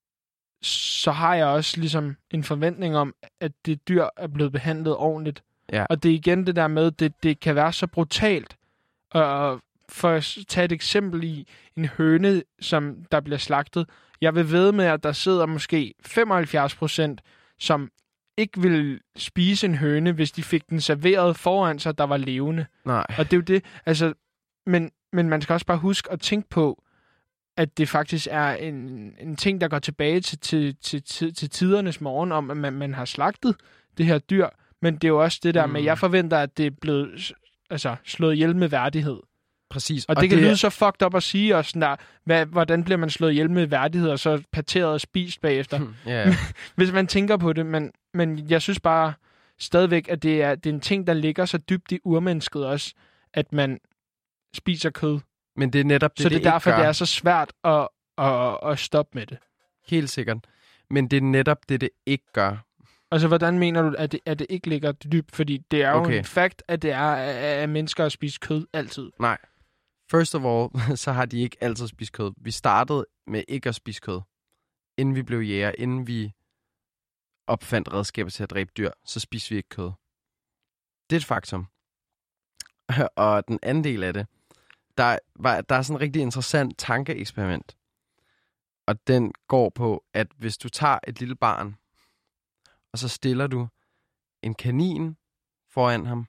så har jeg også ligesom en forventning om, at det dyr er blevet behandlet ordentligt. Ja. Og det er igen det der med, det, det kan være så brutalt. Og for at tage et eksempel i en høne, som der bliver slagtet. Jeg vil vædde med, at der sidder måske femoghalvfjerds procent, som ikke ville spise en høne, hvis de fik den serveret foran sig, der var levende. Nej. Og det er jo det, altså, men, men man skal også bare huske at tænke på, at det faktisk er en, en ting, der går tilbage til, til, til, til, til tidernes morgen, om at man, man har slagtet det her dyr, men det er jo også det der mm. med, jeg forventer, at det er blevet altså, slået ihjel med værdighed. Præcis. Og, og det kan det... lyde så fucked up at sige også, der, hvad, hvordan bliver man slået ihjel med værdighed, og så parteret og spist bagefter. yeah. Hvis man tænker på det, men, men jeg synes bare stadigvæk, at det er, det er en ting, der ligger så dybt i urmennesket også, at man spiser kød. Men det er netop det, Så det er det derfor, ikke gør. det er så svært at, at, at stoppe med det. Helt sikkert. Men det er netop det, det ikke gør. Altså, hvordan mener du, at det, at det ikke ligger dybt? Fordi det er jo Okay. en fakt, at det er at mennesker at spise kød altid. Nej. First of all, så har de ikke altid spist kød. Vi startede med ikke at spise kød. Inden vi blev jæger, inden vi opfandt redskaber til at dræbe dyr, så spiste vi ikke kød. Det er et faktum. Og den anden del af det, der, var, der er sådan en rigtig interessant tankeeksperiment. Og den går på, at hvis du tager et lille barn, og så stiller du en kanin foran ham,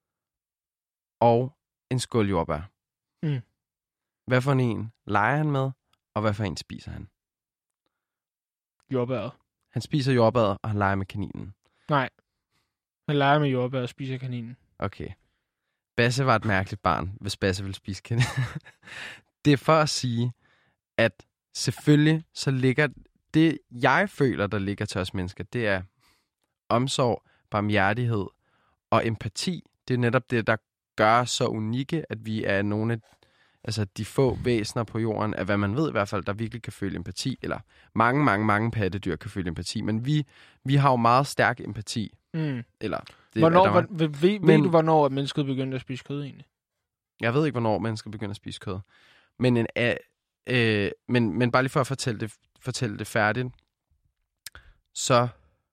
og en skål jordbær. Mm. Hvad for en leger han med, og hvad for en spiser han? Jordbæret. Han spiser jordbæret, og han leger med kaninen. Nej. Han leger med jordbær og spiser kaninen. Okay. Basse var et mærkeligt barn, hvis Basse ville spise kaninen. Det er for at sige, at selvfølgelig så ligger det, jeg føler, der ligger til os mennesker, det er omsorg, barmhjertighed og empati. Det er netop det, der gør så unikke, at vi er nogle af altså, de få væsener på jorden, af hvad man ved i hvert fald, der virkelig kan føle empati. Eller mange, mange, mange pattedyr kan føle empati. Men vi, vi har jo meget stærk empati. Mm. Eller, det, hvornår, der var... ved, ved, Men... ved du, hvornår at mennesket begyndte at spise kød egentlig? Jeg ved ikke, hvornår mennesker begynder at spise kød. Men, en, øh, men, men bare lige for at fortælle det, fortælle det færdigt, så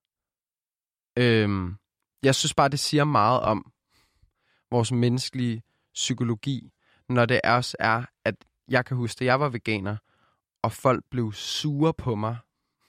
øh, jeg synes bare, det siger meget om vores menneskelige psykologi, når det også er, at jeg kan huske, at jeg var veganer, og folk blev sure på mig.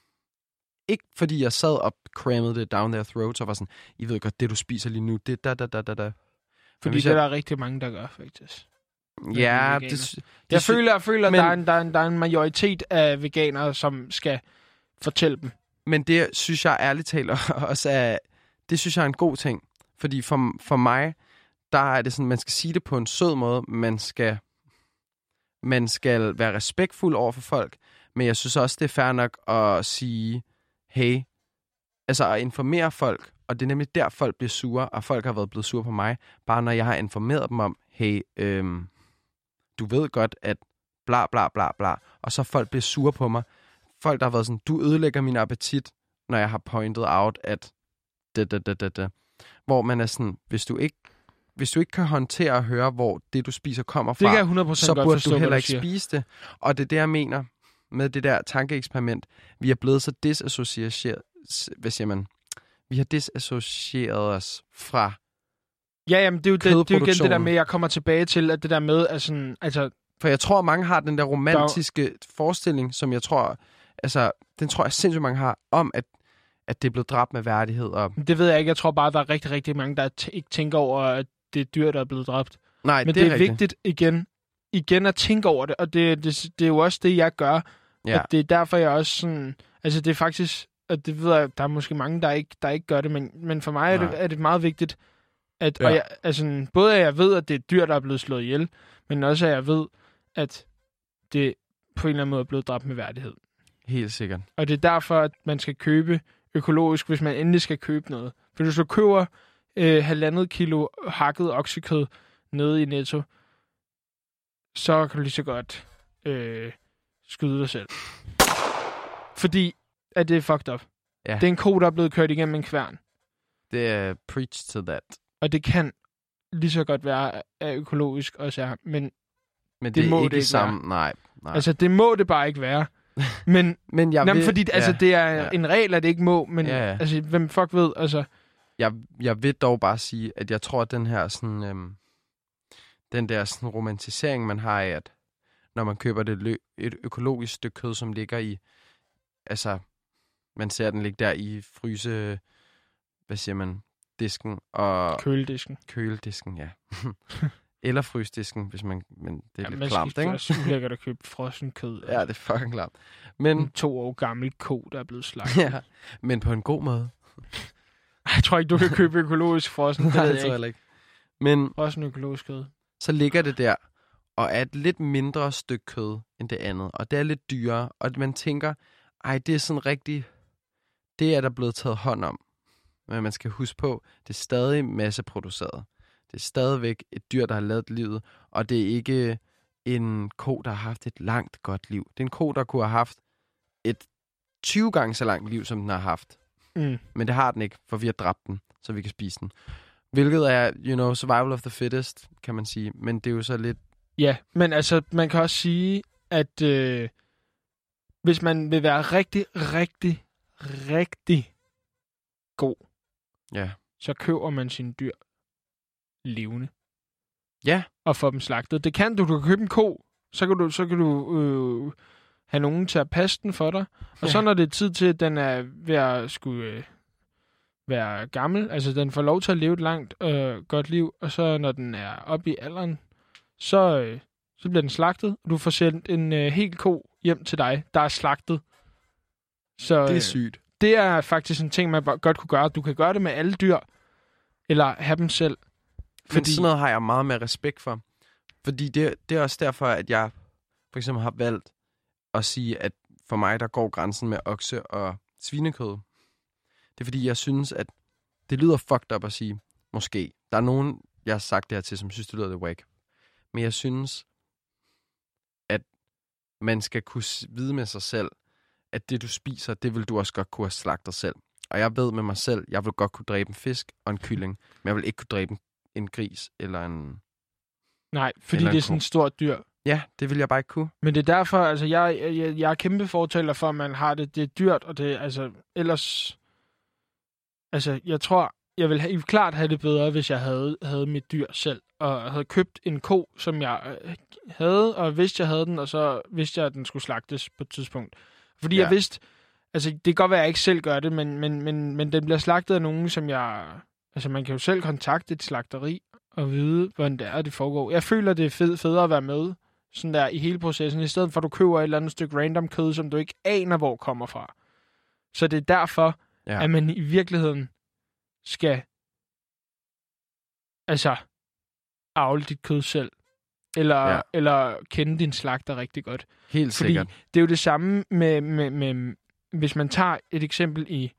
Ikke fordi jeg sad og crammede det down their throats, og var sådan, I ved godt, det du spiser lige nu, det da da da da da. Fordi det jeg... er der rigtig mange, der gør, faktisk. Ja, det, det, jeg sy- føler, jeg føler men, at der er, en, der, er en, der er en majoritet af veganere, som skal fortælle dem. Men det synes jeg ærligt talt også er, det synes jeg er en god ting. Fordi for, for mig, der er det sådan, man skal sige det på en sød måde. Man skal, man skal være respektfuld over for folk. Men jeg synes også, det er fair nok at sige, hey, altså at informere folk. Og det er nemlig der, folk bliver sure, og folk har været blevet sure på mig. Bare når jeg har informeret dem om, hey, øhm, du ved godt, at bla bla bla bla. Og så folk bliver sure på mig. Folk, der har været sådan, du ødelægger min appetit, når jeg har pointet out, at det, det, det, det, det. Hvor man er sådan, hvis du ikke hvis du ikke kan håndtere at høre, hvor det, du spiser, kommer fra, det kan jeg hundrede procent så godt burde forstå, du heller du ikke siger. spise det. Og det er det, jeg mener med det der tankeeksperiment. Vi er blevet så disassocieret, hvad siger man? Vi har disassocieret os fra Ja, jamen, det er jo, det, det er jo igen det der med, jeg kommer tilbage til, at det der med, at sådan, altså... For jeg tror, mange har den der romantiske der... forestilling, som jeg tror, altså, den tror jeg sindssygt mange har, om at, at det er blevet dræbt med værdighed. Og... Det ved jeg ikke. Jeg tror bare, der er rigtig, rigtig mange, der t- ikke tænker over, at det er dyr, der er blevet dræbt. Nej, Men det er, det er vigtigt igen, igen at tænke over det, og det, det, det er jo også det, jeg gør. Ja. At det er derfor, jeg også sådan... Altså, det er faktisk... Og det ved jeg, der er måske mange, der ikke, der ikke gør det, men, men for mig er det, er det meget vigtigt, at ja. og jeg, altså, både at jeg ved, at det er dyr, der er blevet slået ihjel, men også at jeg ved, at det på en eller anden måde er blevet dræbt med værdighed. Helt sikkert. Og det er derfor, at man skal købe økologisk, hvis man endelig skal købe noget. For hvis du køber øh, halvandet kilo hakket oksekød nede i Netto, så kan du lige så godt øh, skyde dig selv. Fordi at det er fucked up. Ja. Det er en ko, der er blevet kørt igennem en kværn. Det er preach to that. Og det kan lige så godt være at økologisk også er, men, men det, det er må ikke det ikke sammen. være. Nej, nej. Altså, det må det bare ikke være. Men, men jeg jamen, ved, fordi ja, altså, det er ja. en regel, at det ikke må, men ja, ja. altså, hvem fuck ved, altså... Jeg, jeg vil dog bare sige, at jeg tror, at den her sådan, øhm, den der sådan romantisering, man har af, at når man køber det lø- et økologisk stykke kød, som ligger i, altså, man ser den ligge der i fryse, hvad siger man, disken og Køledisken. køledisken, ja. Eller frysdisken, hvis man, men det er Ja, lidt klamt, Det ikke? er også ulækkert at købe frossen kød. Ja, det er fucking klamt. Men, En to år gammel ko, der er blevet slagtet. ja, men på en god måde. Jeg tror ikke, du kan købe økologisk frossen. Det Nej, ved det jeg tror jeg ikke. heller ikke. Men Frossen økologisk kød. så ligger det der, og er et lidt mindre stykke kød end det andet. Og det er lidt dyrere, og man tænker, ej, det er sådan rigtig, det er der blevet taget hånd om. Men man skal huske på, det er stadig masseproduceret. Det er stadigvæk et dyr, der har lavet livet, og det er ikke en ko, der har haft et langt godt liv. Det er en ko, der kunne have haft et tyve gange så langt liv, som den har haft. Mm. Men det har den ikke, for vi har dræbt den, så vi kan spise den. Hvilket er, you know, survival of the fittest, kan man sige. Men det er jo så lidt... Ja, men altså, man kan også sige, at øh, hvis man vil være rigtig, rigtig, rigtig god, Ja. så køber man sine dyr levende. Ja. Og får dem slagtet. Det kan du. Du kan købe en ko, så kan du, så kan du øh, have nogen til at passe den for dig. Og Ja. så når det er tid til, at den er ved at skulle øh, være gammel, altså den får lov til at leve et langt øh, godt liv, og så når den er oppe i alderen, så, øh, så bliver den slagtet, og du får sendt en øh, hel ko hjem til dig, der er slagtet. Så, Det øh, er sygt. det er faktisk en ting, man bare godt kunne gøre. Du kan gøre det med alle dyr, eller have dem selv. Men fordi... sådan noget har jeg meget mere respekt for. Fordi det, det er også derfor, at jeg for eksempel har valgt at sige, at for mig, der går grænsen med okse og svinekød. Det er fordi, jeg synes, at det lyder fucked up at sige, måske. Der er nogen, jeg har sagt det her til, som synes, det lyder lidt whack. Men jeg synes, at man skal kunne vide med sig selv, at det, du spiser, det vil du også godt kunne have slagtet selv. Og jeg ved med mig selv, jeg vil godt kunne dræbe en fisk og en kylling, men jeg vil ikke kunne dræbe en, en gris eller en... Nej, fordi Eller en det er sådan ko. et stort dyr. Ja, det vil jeg bare ikke kunne. Men det er derfor, altså, jeg, jeg, jeg er kæmpe fortaler for, at man har det. Det er dyrt, og det er, altså, ellers... Altså, jeg tror, jeg ville have, klart have det bedre, hvis jeg havde, havde mit dyr selv, og havde købt en ko, som jeg øh, havde, og vidste, jeg havde den, og så vidste jeg, at den skulle slagtes på et tidspunkt. Fordi ja. Ja. jeg vidste... Altså, det kan godt være, at jeg ikke selv gør det, men, men, men, men den bliver slagtet af nogen, som jeg... Altså, man kan jo selv kontakte et slagteri og vide, hvordan det er, det foregår. Jeg føler, det er fed, federe at være med sådan der i hele processen, i stedet for, at du køber et eller andet stykke random kød, som du ikke aner, hvor kommer fra. Så det er derfor, Ja. at man i virkeligheden skal altså avle dit kød selv. Eller, Ja. eller kende din slagter rigtig godt. Helt Fordi sikkert. det er jo det samme med, med, med, hvis man tager et eksempel i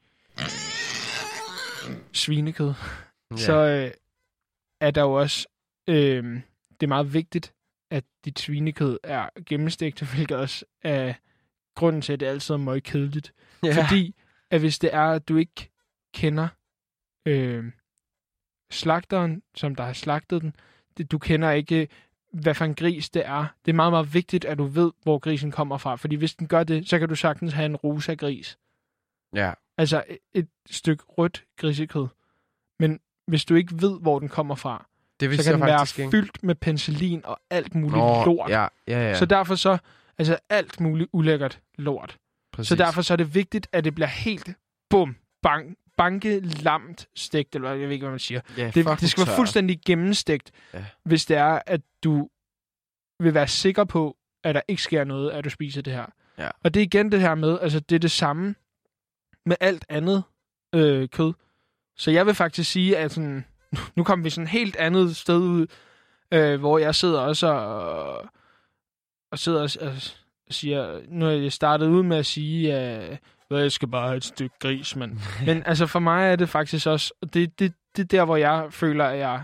svinekød, Ja. så øh, er der jo også, øh, det er meget vigtigt, at dit svinekød er gennemstegt, hvilket også er grunden til, at det altid er meget kedeligt. ja. Fordi, at hvis det er, at du ikke kender øh, slagteren, som der har slagtet den, det, du kender ikke, hvad for en gris det er. Det er meget, meget vigtigt, at du ved, hvor grisen kommer fra. Fordi hvis den gør det, så kan du sagtens have en rosa gris. Ja. Altså et, et stykke rødt grisekød. Men hvis du ikke ved, hvor den kommer fra, Det så kan den være faktisk ikke. fyldt med penicillin og alt muligt Nå, lort. Ja, ja, ja. Så derfor så, altså alt muligt ulækkert lort. Præcis. Så derfor så er det vigtigt, at det bliver helt, bum, bang, banke, lamt, stegt, eller jeg ved ikke, hvad man siger. ja, Det, fucking det skal være tør. fuldstændig gennemstegt, Ja. hvis det er, at du vil være sikker på, at der ikke sker noget, at du spiser det her. Ja. Og det er igen det her med, altså det er det samme med alt andet øh, kød. Så jeg vil faktisk sige, at sådan, nu kommer vi sådan et helt andet sted ud, øh, hvor jeg sidder også og, og sidder og, og siger, nu er jeg startet ud med at sige, at jeg skal bare have et stykke gris, men, men altså for mig er det faktisk også, det, det, det er der, hvor jeg føler, at jeg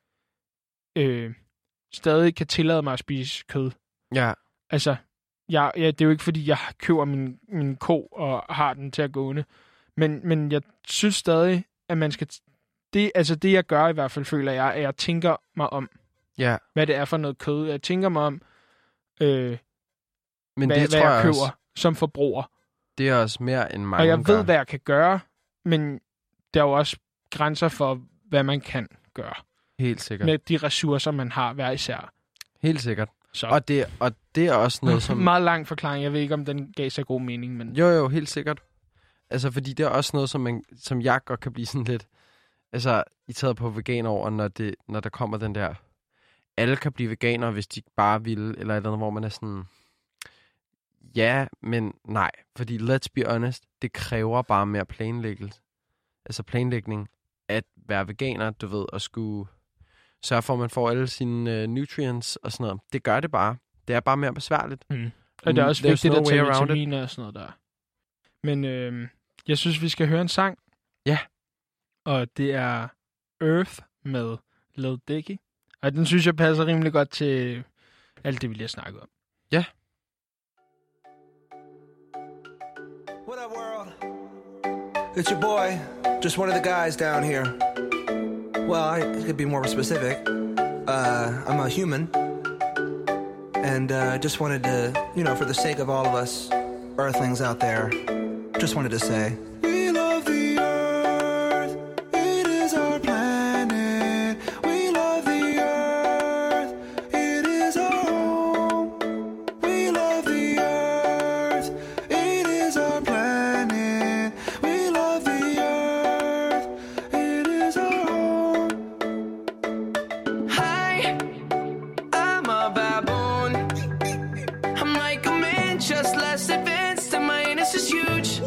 øh, stadig kan tillade mig at spise kød. Ja, Altså, jeg, jeg, det er jo ikke, fordi jeg køber min, min ko og har den til at gående. Men, men jeg synes stadig, at man skal... Det, altså det, jeg gør i hvert fald, føler jeg, at jeg tænker mig om, ja. hvad det er for noget kød. Jeg tænker mig om, øh, Men hvad, det hvad tror jeg jeg køber også, som forbruger. det er også mere end mange Og jeg ved, gør. hvad jeg kan gøre, men der er jo også grænser for, hvad man kan gøre. Helt sikkert. Med de ressourcer, man har hver især. Helt sikkert. Så Og det, og det er også noget, som... meget lang forklaring. Jeg ved ikke, om den gav sig god mening, men... Jo, jo, helt sikkert. Altså, fordi det er også noget, som, man, som jeg godt kan blive sådan lidt... altså, I taget på veganer over, når, det, når der kommer den der... Alle kan blive veganer, hvis de bare vil, eller et eller andet, hvor man er sådan... Ja, men nej. Fordi, let's be honest, det kræver bare mere planlæggelse. Altså planlægning. At være veganer, du ved, og skulle sørge for, at man får alle sine uh, nutrients og sådan noget. Det gør det bare. Det er bare mere besværligt. Mm. Og det er også There's vigtigt no at tage way around vitaminer og sådan noget der. Men øh, jeg synes, vi skal høre en sang. Ja. Og det er Earth med Lil Dicky. Og den synes jeg passer rimelig godt til alt det, vi lige har snakket om. Ja. What up, world? It's your boy, just one of the guys down here. Well, I could be more specific. Uh, I'm a human. And uh, just wanted to, you know, for the sake of all of us earthlings out there, just wanted to say, we love the earth. It is our planet. We love the earth. It is our home. We love the earth. It is our planet. We love the earth. It is our home. Hi, I'm a baboon. I'm like a man, just less advanced, and my anus is huge.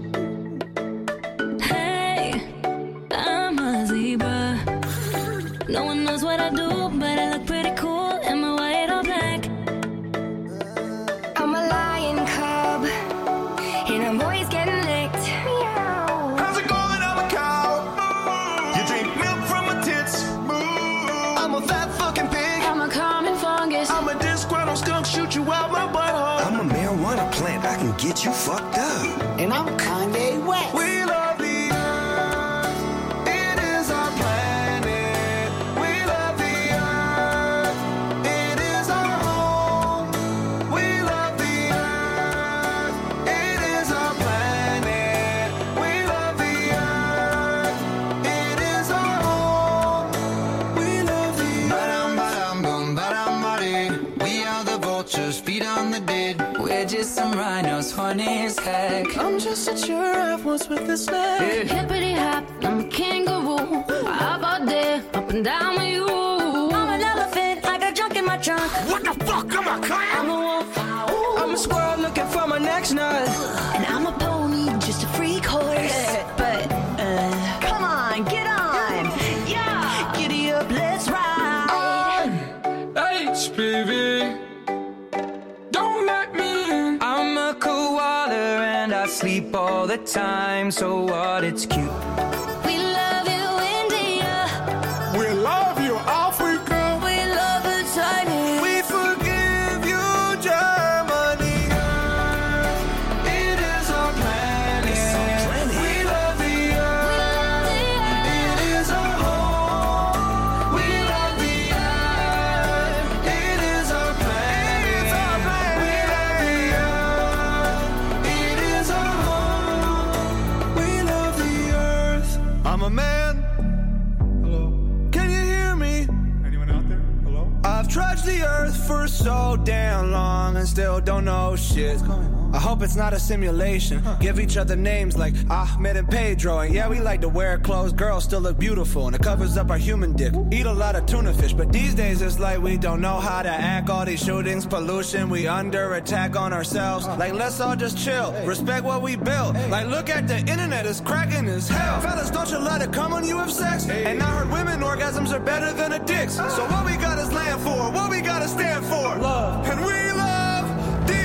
Hey, I'm a zebra. No one knows what I do, but I look pretty cool in my white or black. I'm a lion cub, and I'm always getting licked. How's it going? I'm a cow. You drink milk from my tits. I'm a fat fucking pig. I'm a common fungus. I'm a disgruntled skunk, shoot you out my butthole. I'm a marijuana plant, I can get you fucked up. And I'm Kanye West. We love the earth. It is our planet. We love the earth. It is our home. We love the earth. It is our planet. We love the earth. It is our home. We love the Ba-dum, ba-dum, boom, ba-dum, ba-dee. We are the vultures, feed on the dead. We're just some rhinos, funny as heck. I'm just a giraffe once with a snack. Hippity hop, I'm a kangaroo. I hop out there, up and down with you. I'm an elephant, I got junk in my trunk. What the fuck? I'm a clown. I'm a wolf, I'm a squirrel looking for my next nut. and I'm a pony, just a freak horse. But, uh, come on, get on. Yeah, giddy up, let's ride. H P V. Don't let me in. I'm a koala and I sleep all the time, so what? It's cute. We love you, India. We love you, Africa. We love the tiny. We forgive you, Germany. It is our planet. We love the earth. It is our home. We love the earth. It is our planet. We love the earth. It is our home. We love the earth. I'm a man. Hello. Can you hear me? Anyone out there? Hello? I've trudged the earth for so damn long and still don't know shit. I hope it's not a simulation. Give each other names like Ahmed and Pedro. And yeah, we like to wear clothes. Girls still look beautiful and it covers up our human dick. Eat a lot of tuna fish, but these days it's like we don't know how to act. All these shootings, pollution, we under attack on ourselves. Like let's all just chill, respect what we built. Like look at the internet, it's cracking as hell. Fellas, don't you let it come when you have sex? And I heard women orgasms are better than a dick's. So what we got is land for, what we gotta stand for. Love. And we love the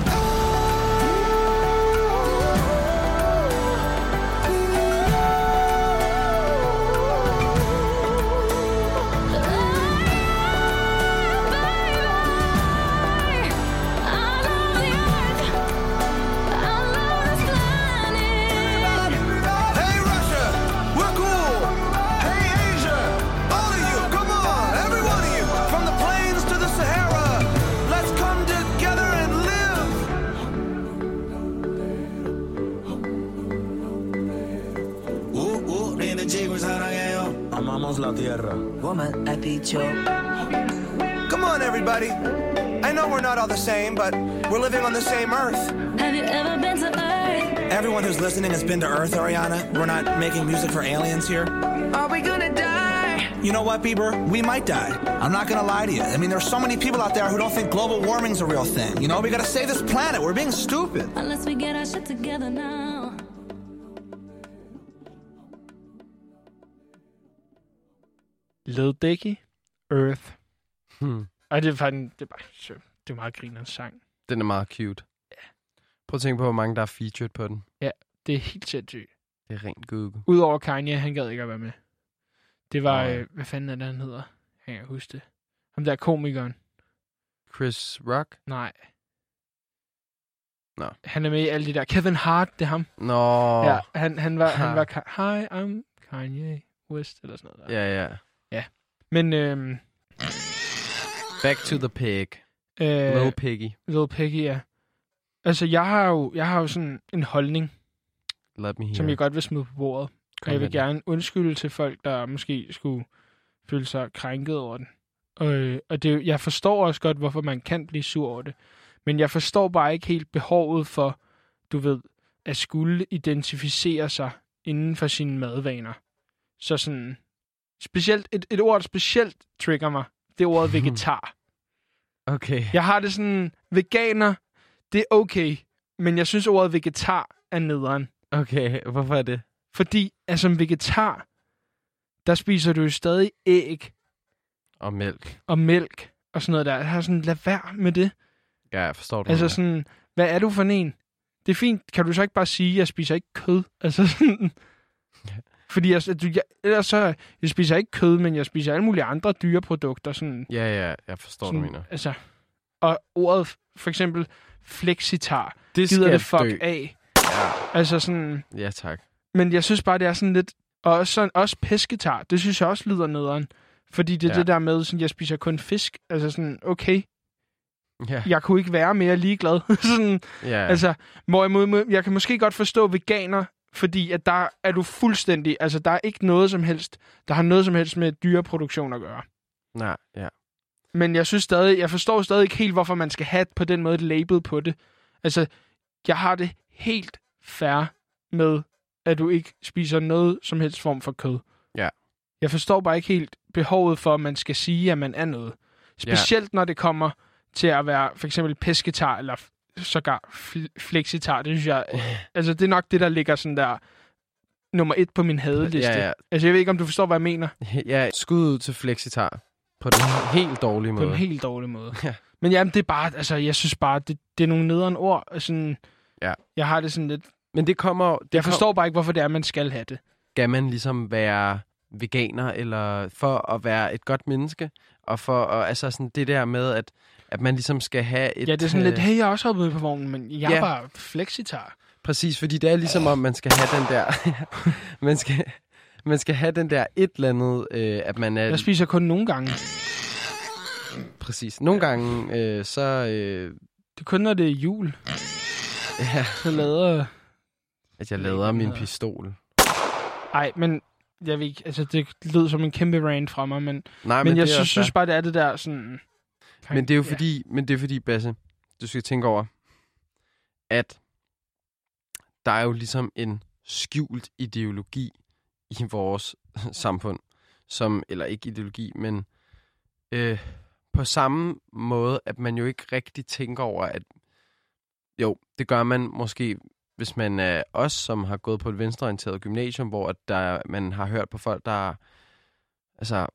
Hey Russia, we're cool. Hey Asia, all of you, come on, every one of you, from the plains to the Sahara, let's come together and live. Uh, uh, viene chicos, sarangueo. Amamos la tierra. Woman, I beat you. Come on, everybody. I know we're not all the same, but we're living on the same earth. Have you ever been to Earth? Everyone who's listening has been to Earth, Ariana. We're not making music for aliens here. Are we gonna die? You know what, Bieber? We might die. I'm not gonna lie to you. I mean, there's so many people out there who don't think global warming's a real thing. You know, we gotta save this planet. We're being stupid. Unless we get our shit together now. Lil Dicky, Earth. Hmm. Ej, det er faktisk det er bare, så, det er meget grinerens sang. Den er meget cute. Ja. Prøv at tænke på, hvor mange der er featured på den. Det er helt sindssygt. Det er rent Google. Udover Kanye, han gad ikke at være med. Det var, Nej. øh, hvad fanden er det, han hedder? Jeg kan huske det. Ham der komikeren. Chris Rock? Nej. Nå. Han er med i alle de der. Kevin Hart, det er ham. Nå. Ja, han, han var, han Ha. var, Ka- hi, I'm Kanye West, eller sådan noget der. Ja, ja. Men, øhm, Back to the pig. øh, Lil Piggy. Lil Piggy, ja. Altså, jeg har jo, jeg har jo sådan en holdning, Let me hear. som jeg godt vil smide på bordet. Kom Og jeg vil med det. gerne undskylde til folk, der måske skulle føle sig krænket over den. Og, øh, og det, jeg forstår også godt, hvorfor man kan blive sur over det. Men jeg forstår bare ikke helt behovet for, du ved, at skulle identificere sig inden for sine madvaner. Så sådan, specielt, et, et ord, der specielt trigger mig, det er ordet vegetar. Okay. Jeg har det sådan, veganer, det er okay, men jeg synes, ordet vegetar er nederen. Okay, hvorfor er det? Fordi, altså som vegetar, der spiser du jo stadig æg Og mælk. og mælk og sådan noget der. Jeg har sådan, lad være med det. Ja, jeg forstår du. Altså sådan, hvad er du for en? Det er fint, kan du så ikke bare sige, at jeg spiser ikke kød? Altså sådan... Fordi jeg, du, jeg, ellers så, jeg spiser ikke kød, men jeg spiser alle mulige andre dyreprodukter. Sådan, Ja, ja, jeg forstår, sådan, du mener. Altså, og ordet, for eksempel, flexitar, Det gider skal det fuck dø. af. Ja. Altså sådan... Ja, tak. Men jeg synes bare, det er sådan lidt... Og også, sådan, også pesketar, det synes jeg også lyder nederen. Fordi det er Ja. det der med, sådan, jeg spiser kun fisk. Altså sådan, okay, Ja, jeg kunne ikke være mere ligeglad. sådan, ja. altså, hvorimod, jeg kan måske godt forstå veganer, fordi at der er du fuldstændig... Altså, der er ikke noget som helst, der har noget som helst med dyreproduktion at gøre. Nej, ja. Men jeg synes stadig, jeg forstår stadig ikke helt, hvorfor man skal have på den måde et label på det. Altså, jeg har det helt fair med, at du ikke spiser noget som helst form for kød. Ja. Jeg forstår bare ikke helt behovet for, at man skal sige, at man er noget. Specielt når det kommer til at være for eksempel pesketar eller sågar fl- flexitar. Det synes jeg, altså det er nok det, der ligger sådan der nummer et på min hadeliste. Ja, ja. Altså jeg ved ikke, om du forstår, hvad jeg mener. Ja, skud ud til flexitar. På den helt dårlige På måde. en helt dårlig måde. Ja. Men jamen, det er bare, altså jeg synes bare, det, det er nogle nederen ord. Sådan, Ja. Jeg har det sådan lidt... Men det kommer... Det Jeg forstår bare ikke, hvorfor det er, man skal have det. Skal man ligesom være veganer, eller for at være et godt menneske, og for at, altså sådan det der med, at, at man ligesom skal have et... Ja, det er sådan øh, lidt, hey, jeg er også hoppet på vognen, men jeg er Ja. bare flexitar. Præcis, fordi det er ligesom om, man skal have den der... man, skal, man skal have den der et eller andet, øh, at man er... Jeg spiser kun nogle gange. Præcis. Nogle gange, øh, så... Øh, Det er kun, når det er jul. ja, Så lader... at jeg lader min pistol. Ej, men jeg ved ikke, altså det lød som en kæmpe rant fra mig, men, Nej, men, men jeg det er synes, også synes fair. bare, det er det der sådan... Men det er jo fordi, men det er fordi, Basse, du skal tænke over, at der er jo ligesom en skjult ideologi i vores samfund, som, eller ikke ideologi, men øh, på samme måde, at man jo ikke rigtig tænker over, at jo, det gør man måske, hvis man er os, som har gået på et venstreorienteret gymnasium, hvor at der, man har hørt på folk, der altså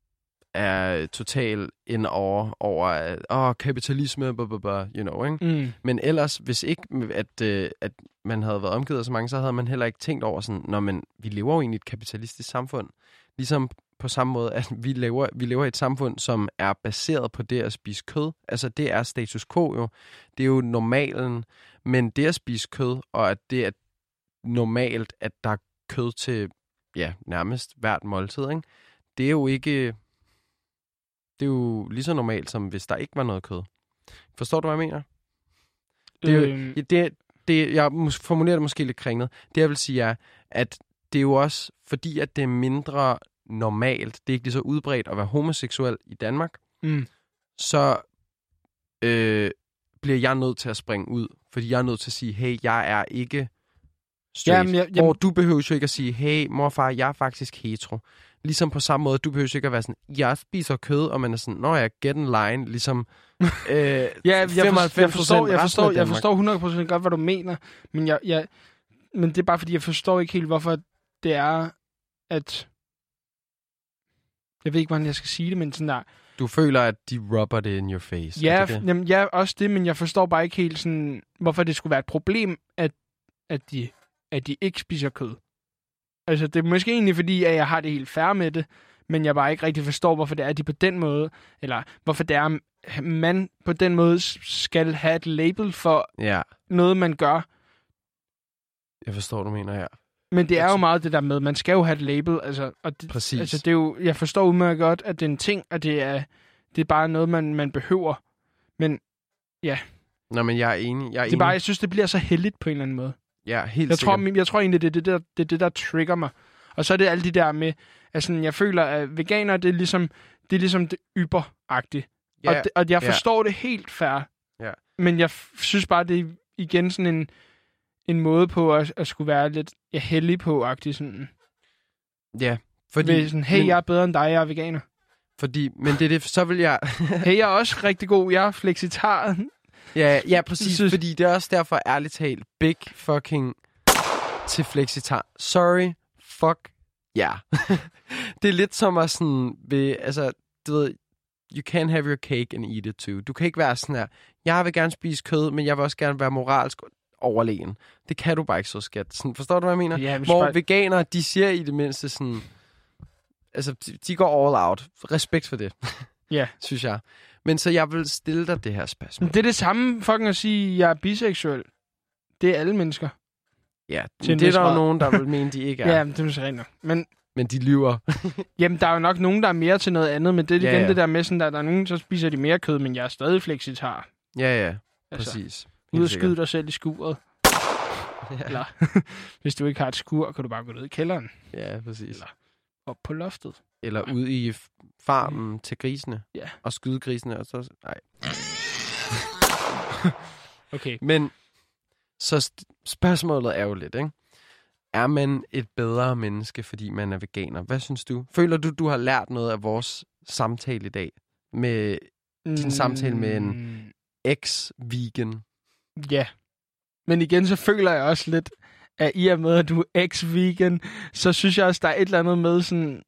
er total ind over, over at åh, kapitalisme, blah, blah, blah, you know, ikke? Mm. Men ellers, hvis ikke, at, øh, at man havde været omgivet af så mange, så havde man heller ikke tænkt over sådan, nå, men vi lever jo egentlig i et kapitalistisk samfund. Ligesom på samme måde, at vi lever, vi lever i et samfund, som er baseret på det at spise kød. Altså, det er status quo jo. Det er jo normalen, men det at spise kød, og at det er normalt, at der er kød til, ja, nærmest hvert måltid, ikke? Det er jo ikke... Det er jo lige så normalt, som hvis der ikke var noget kød. Forstår du, hvad jeg mener? Det er jo, Øhm. det, det, jeg formulerer det måske lidt kringlet. Det jeg vil sige er, at det er jo også fordi, at det er mindre normalt, det er ikke lige så udbredt at være homoseksuel i Danmark, Mm. så øh, bliver jeg nødt til at springe ud. Fordi jeg er nødt til at sige, hey, jeg er ikke straight. Jamen, jeg- Hvor jamen- du behøver jo ikke at sige, hey, morfar, jeg er faktisk hetero. Ligesom på samme måde, du behøver jo ikke at være sådan, jeg spiser kød, og man er sådan, nå, jeg get in line, ligesom øh, Ja, jeg, jeg, femoghalvfems forstår, jeg, forstår, jeg, resten forstår, af jeg Danmark. forstår hundrede procent godt, hvad du mener, men, jeg, jeg, men det er bare fordi, jeg forstår ikke helt, hvorfor det er, at... Jeg ved ikke, hvordan jeg skal sige det, men sådan der... Du føler, at de rubber det in your face. Ja, er det det? jamen, ja, også det, men jeg forstår bare ikke helt sådan, hvorfor det skulle være et problem, at, at, de, at de ikke spiser kød. Altså, det er måske egentlig fordi, at jeg har det helt fair med det, men jeg bare ikke rigtig forstår, hvorfor det er, at de på den måde, eller hvorfor det er, at man på den måde skal have et label for Ja, noget, man gør. jeg forstår, du mener her. Men det er jo meget det der med, man skal jo have et label, altså, og det, Præcis. altså, det er jo, jeg forstår udmærket godt, at det er en ting, og det er, det er bare noget, man, man behøver. Men Nå, men jeg er enig. Jeg er det er bare, enig. jeg synes, det bliver så heldigt på en eller anden måde. Ja, helt Jeg tror, sikkert. jeg, jeg tror egentlig, det er det der, det er det, der trigger mig. Og så er det alle de der med, altså, jeg føler, at veganer, det er ligesom det, er ligesom det ypperagtige. Ja, og, det, og jeg ja. forstår det helt fair. Ja. Men jeg f- synes bare, det er igen sådan en, en måde på at, at skulle være lidt ja, heldig på-agtig. Sådan, Ja, fordi... Fordi, sådan, hey, men, jeg er bedre end dig, jeg er veganer. Fordi, men det er det, så vil jeg... Hey, jeg er også rigtig god, jeg er flexitar. ja, ja, præcis, Synes- fordi det er også derfor, ærligt talt, big fucking til flexitar. Sorry, fuck, ja. Yeah. Det er lidt som at sådan, ved, altså, du ved, you can't have your cake and eat it too. Du kan ikke være sådan her, jeg vil gerne spise kød, men jeg vil også gerne være moralsk overlegen. Det kan du bare ikke så, skat. Sådan, forstår du, hvad jeg mener? Ja, hvis Hvor bare- veganere, de siger i det mindste sådan, altså, de, de går all out. Respekt for det, Ja. synes jeg. Men så jeg vil stille dig det her spørgsmål. Det er det samme fucking at sige, at jeg er biseksuel. Det er alle mennesker. Ja, Til en det er vis der jo grad. nogen, der vil mene, de ikke er. Ja, ja det er så rent nok. Men Men de lyver. jamen, der er jo nok nogen, der er mere til noget andet, men det er Ja, igen ja. det der med sådan, der, der er nogen, så spiser de mere kød, men jeg er stadig flexitar. Ja, ja, Altså, præcis. ud Helt og sikkert. skyde dig selv i skuret. Ja. Eller, hvis du ikke har et skur, kan du bare gå ned i kælderen. Ja, præcis. Eller- Op på loftet. Eller ud i f- farmen til grisene. Ja. Og skyde grisene. Og så... Nej. Okay. Men så st- spørgsmålet er jo lidt, ikke? Er man et bedre menneske, fordi man er veganer? Hvad synes du? Føler du, du har lært noget af vores samtale i dag? Med din samtale med en Mm, ex-vegan? Ja. Men igen, så føler jeg også lidt, at i og med, at du er ex-vegan, så synes jeg også, der er et eller andet med sådan...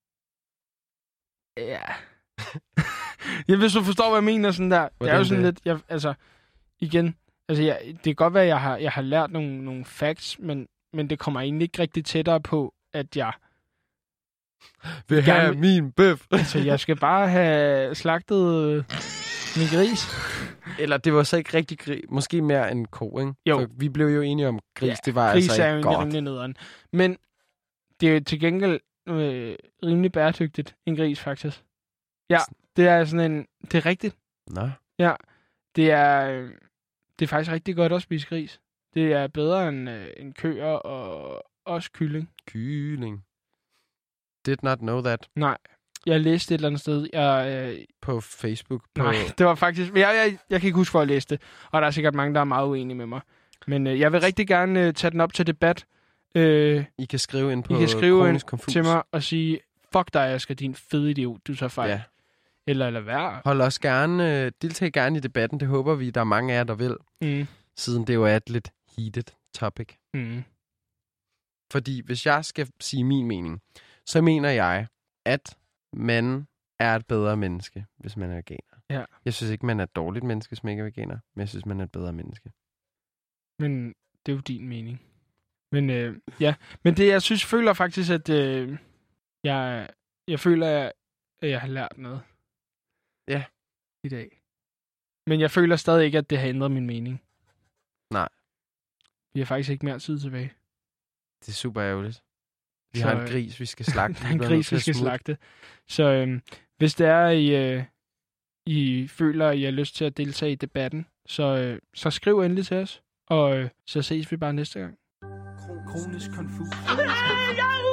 Ja. ja, hvis du forstår, hvad jeg mener, sådan der. Det er Hvordan jo sådan det? lidt... Jeg, altså, igen... Altså, jeg, det kan godt være, at jeg har, jeg har lært nogle, nogle facts, men, men det kommer egentlig ikke rigtig tættere på, at jeg... Vil Gerne- have min bøf. Altså, jeg skal bare have slagtet øh, min gris. Eller det var så ikke rigtig gris. Måske mere en ko, ikke? Jo. For vi blev jo enige om, gris, Ja, det var Gris altså er jo ikke egentlig godt. rimelig nederen. Men det er jo til gengæld øh, rimelig bæredygtigt, en gris faktisk. Ja, det er sådan en... Det er rigtigt. Nå. Det er, øh, det er faktisk rigtig godt at spise gris. Det er bedre end, øh, end køer og også kylling. Kylling. Did not know that Nej, jeg læste et eller andet sted. Jeg, øh, på Facebook. På... nej, det var faktisk... Jeg, jeg, jeg kan ikke huske, hvor jeg læste det. Og der er sikkert mange, der er meget uenige med mig. Men øh, jeg vil rigtig gerne øh, tage den op til debat. Øh, I kan skrive ind på I kan skrive Kronisk ind Konfus. til mig og sige, fuck dig, Asger, din fede idiot, du tager fejl. Ja. Eller eller være. Hold os gerne, øh, deltag gerne i debatten. Det håber vi, der er mange af jer, der vil. Mm. Siden det jo er et lidt heated topic. Mm. Fordi hvis jeg skal sige min mening, så mener jeg, at man er et bedre menneske, hvis man er veganer. Ja. Jeg synes ikke, man er et dårligt menneske, hvis man ikke er veganer. Men jeg synes, man er et bedre menneske. Men det er jo din mening. Men øh, ja, men det jeg synes, føler faktisk, at øh, jeg, jeg føler, at jeg har lært noget. Ja. I dag. Men jeg føler stadig ikke, at det har ændret min mening. Nej. Vi har faktisk ikke mere tid tilbage. Det er super ærgerligt. Vi Så, har en øh, gris, vi skal slagte. Der er en bliver nødt gris, til vi at skal smutte. slagte. Så øh, hvis det er, I, øh, I føler, at I har lyst til at deltage i debatten, så, øh, så skriv endelig til os. Og øh, så ses vi bare næste gang. Kronisk konfus. Jeg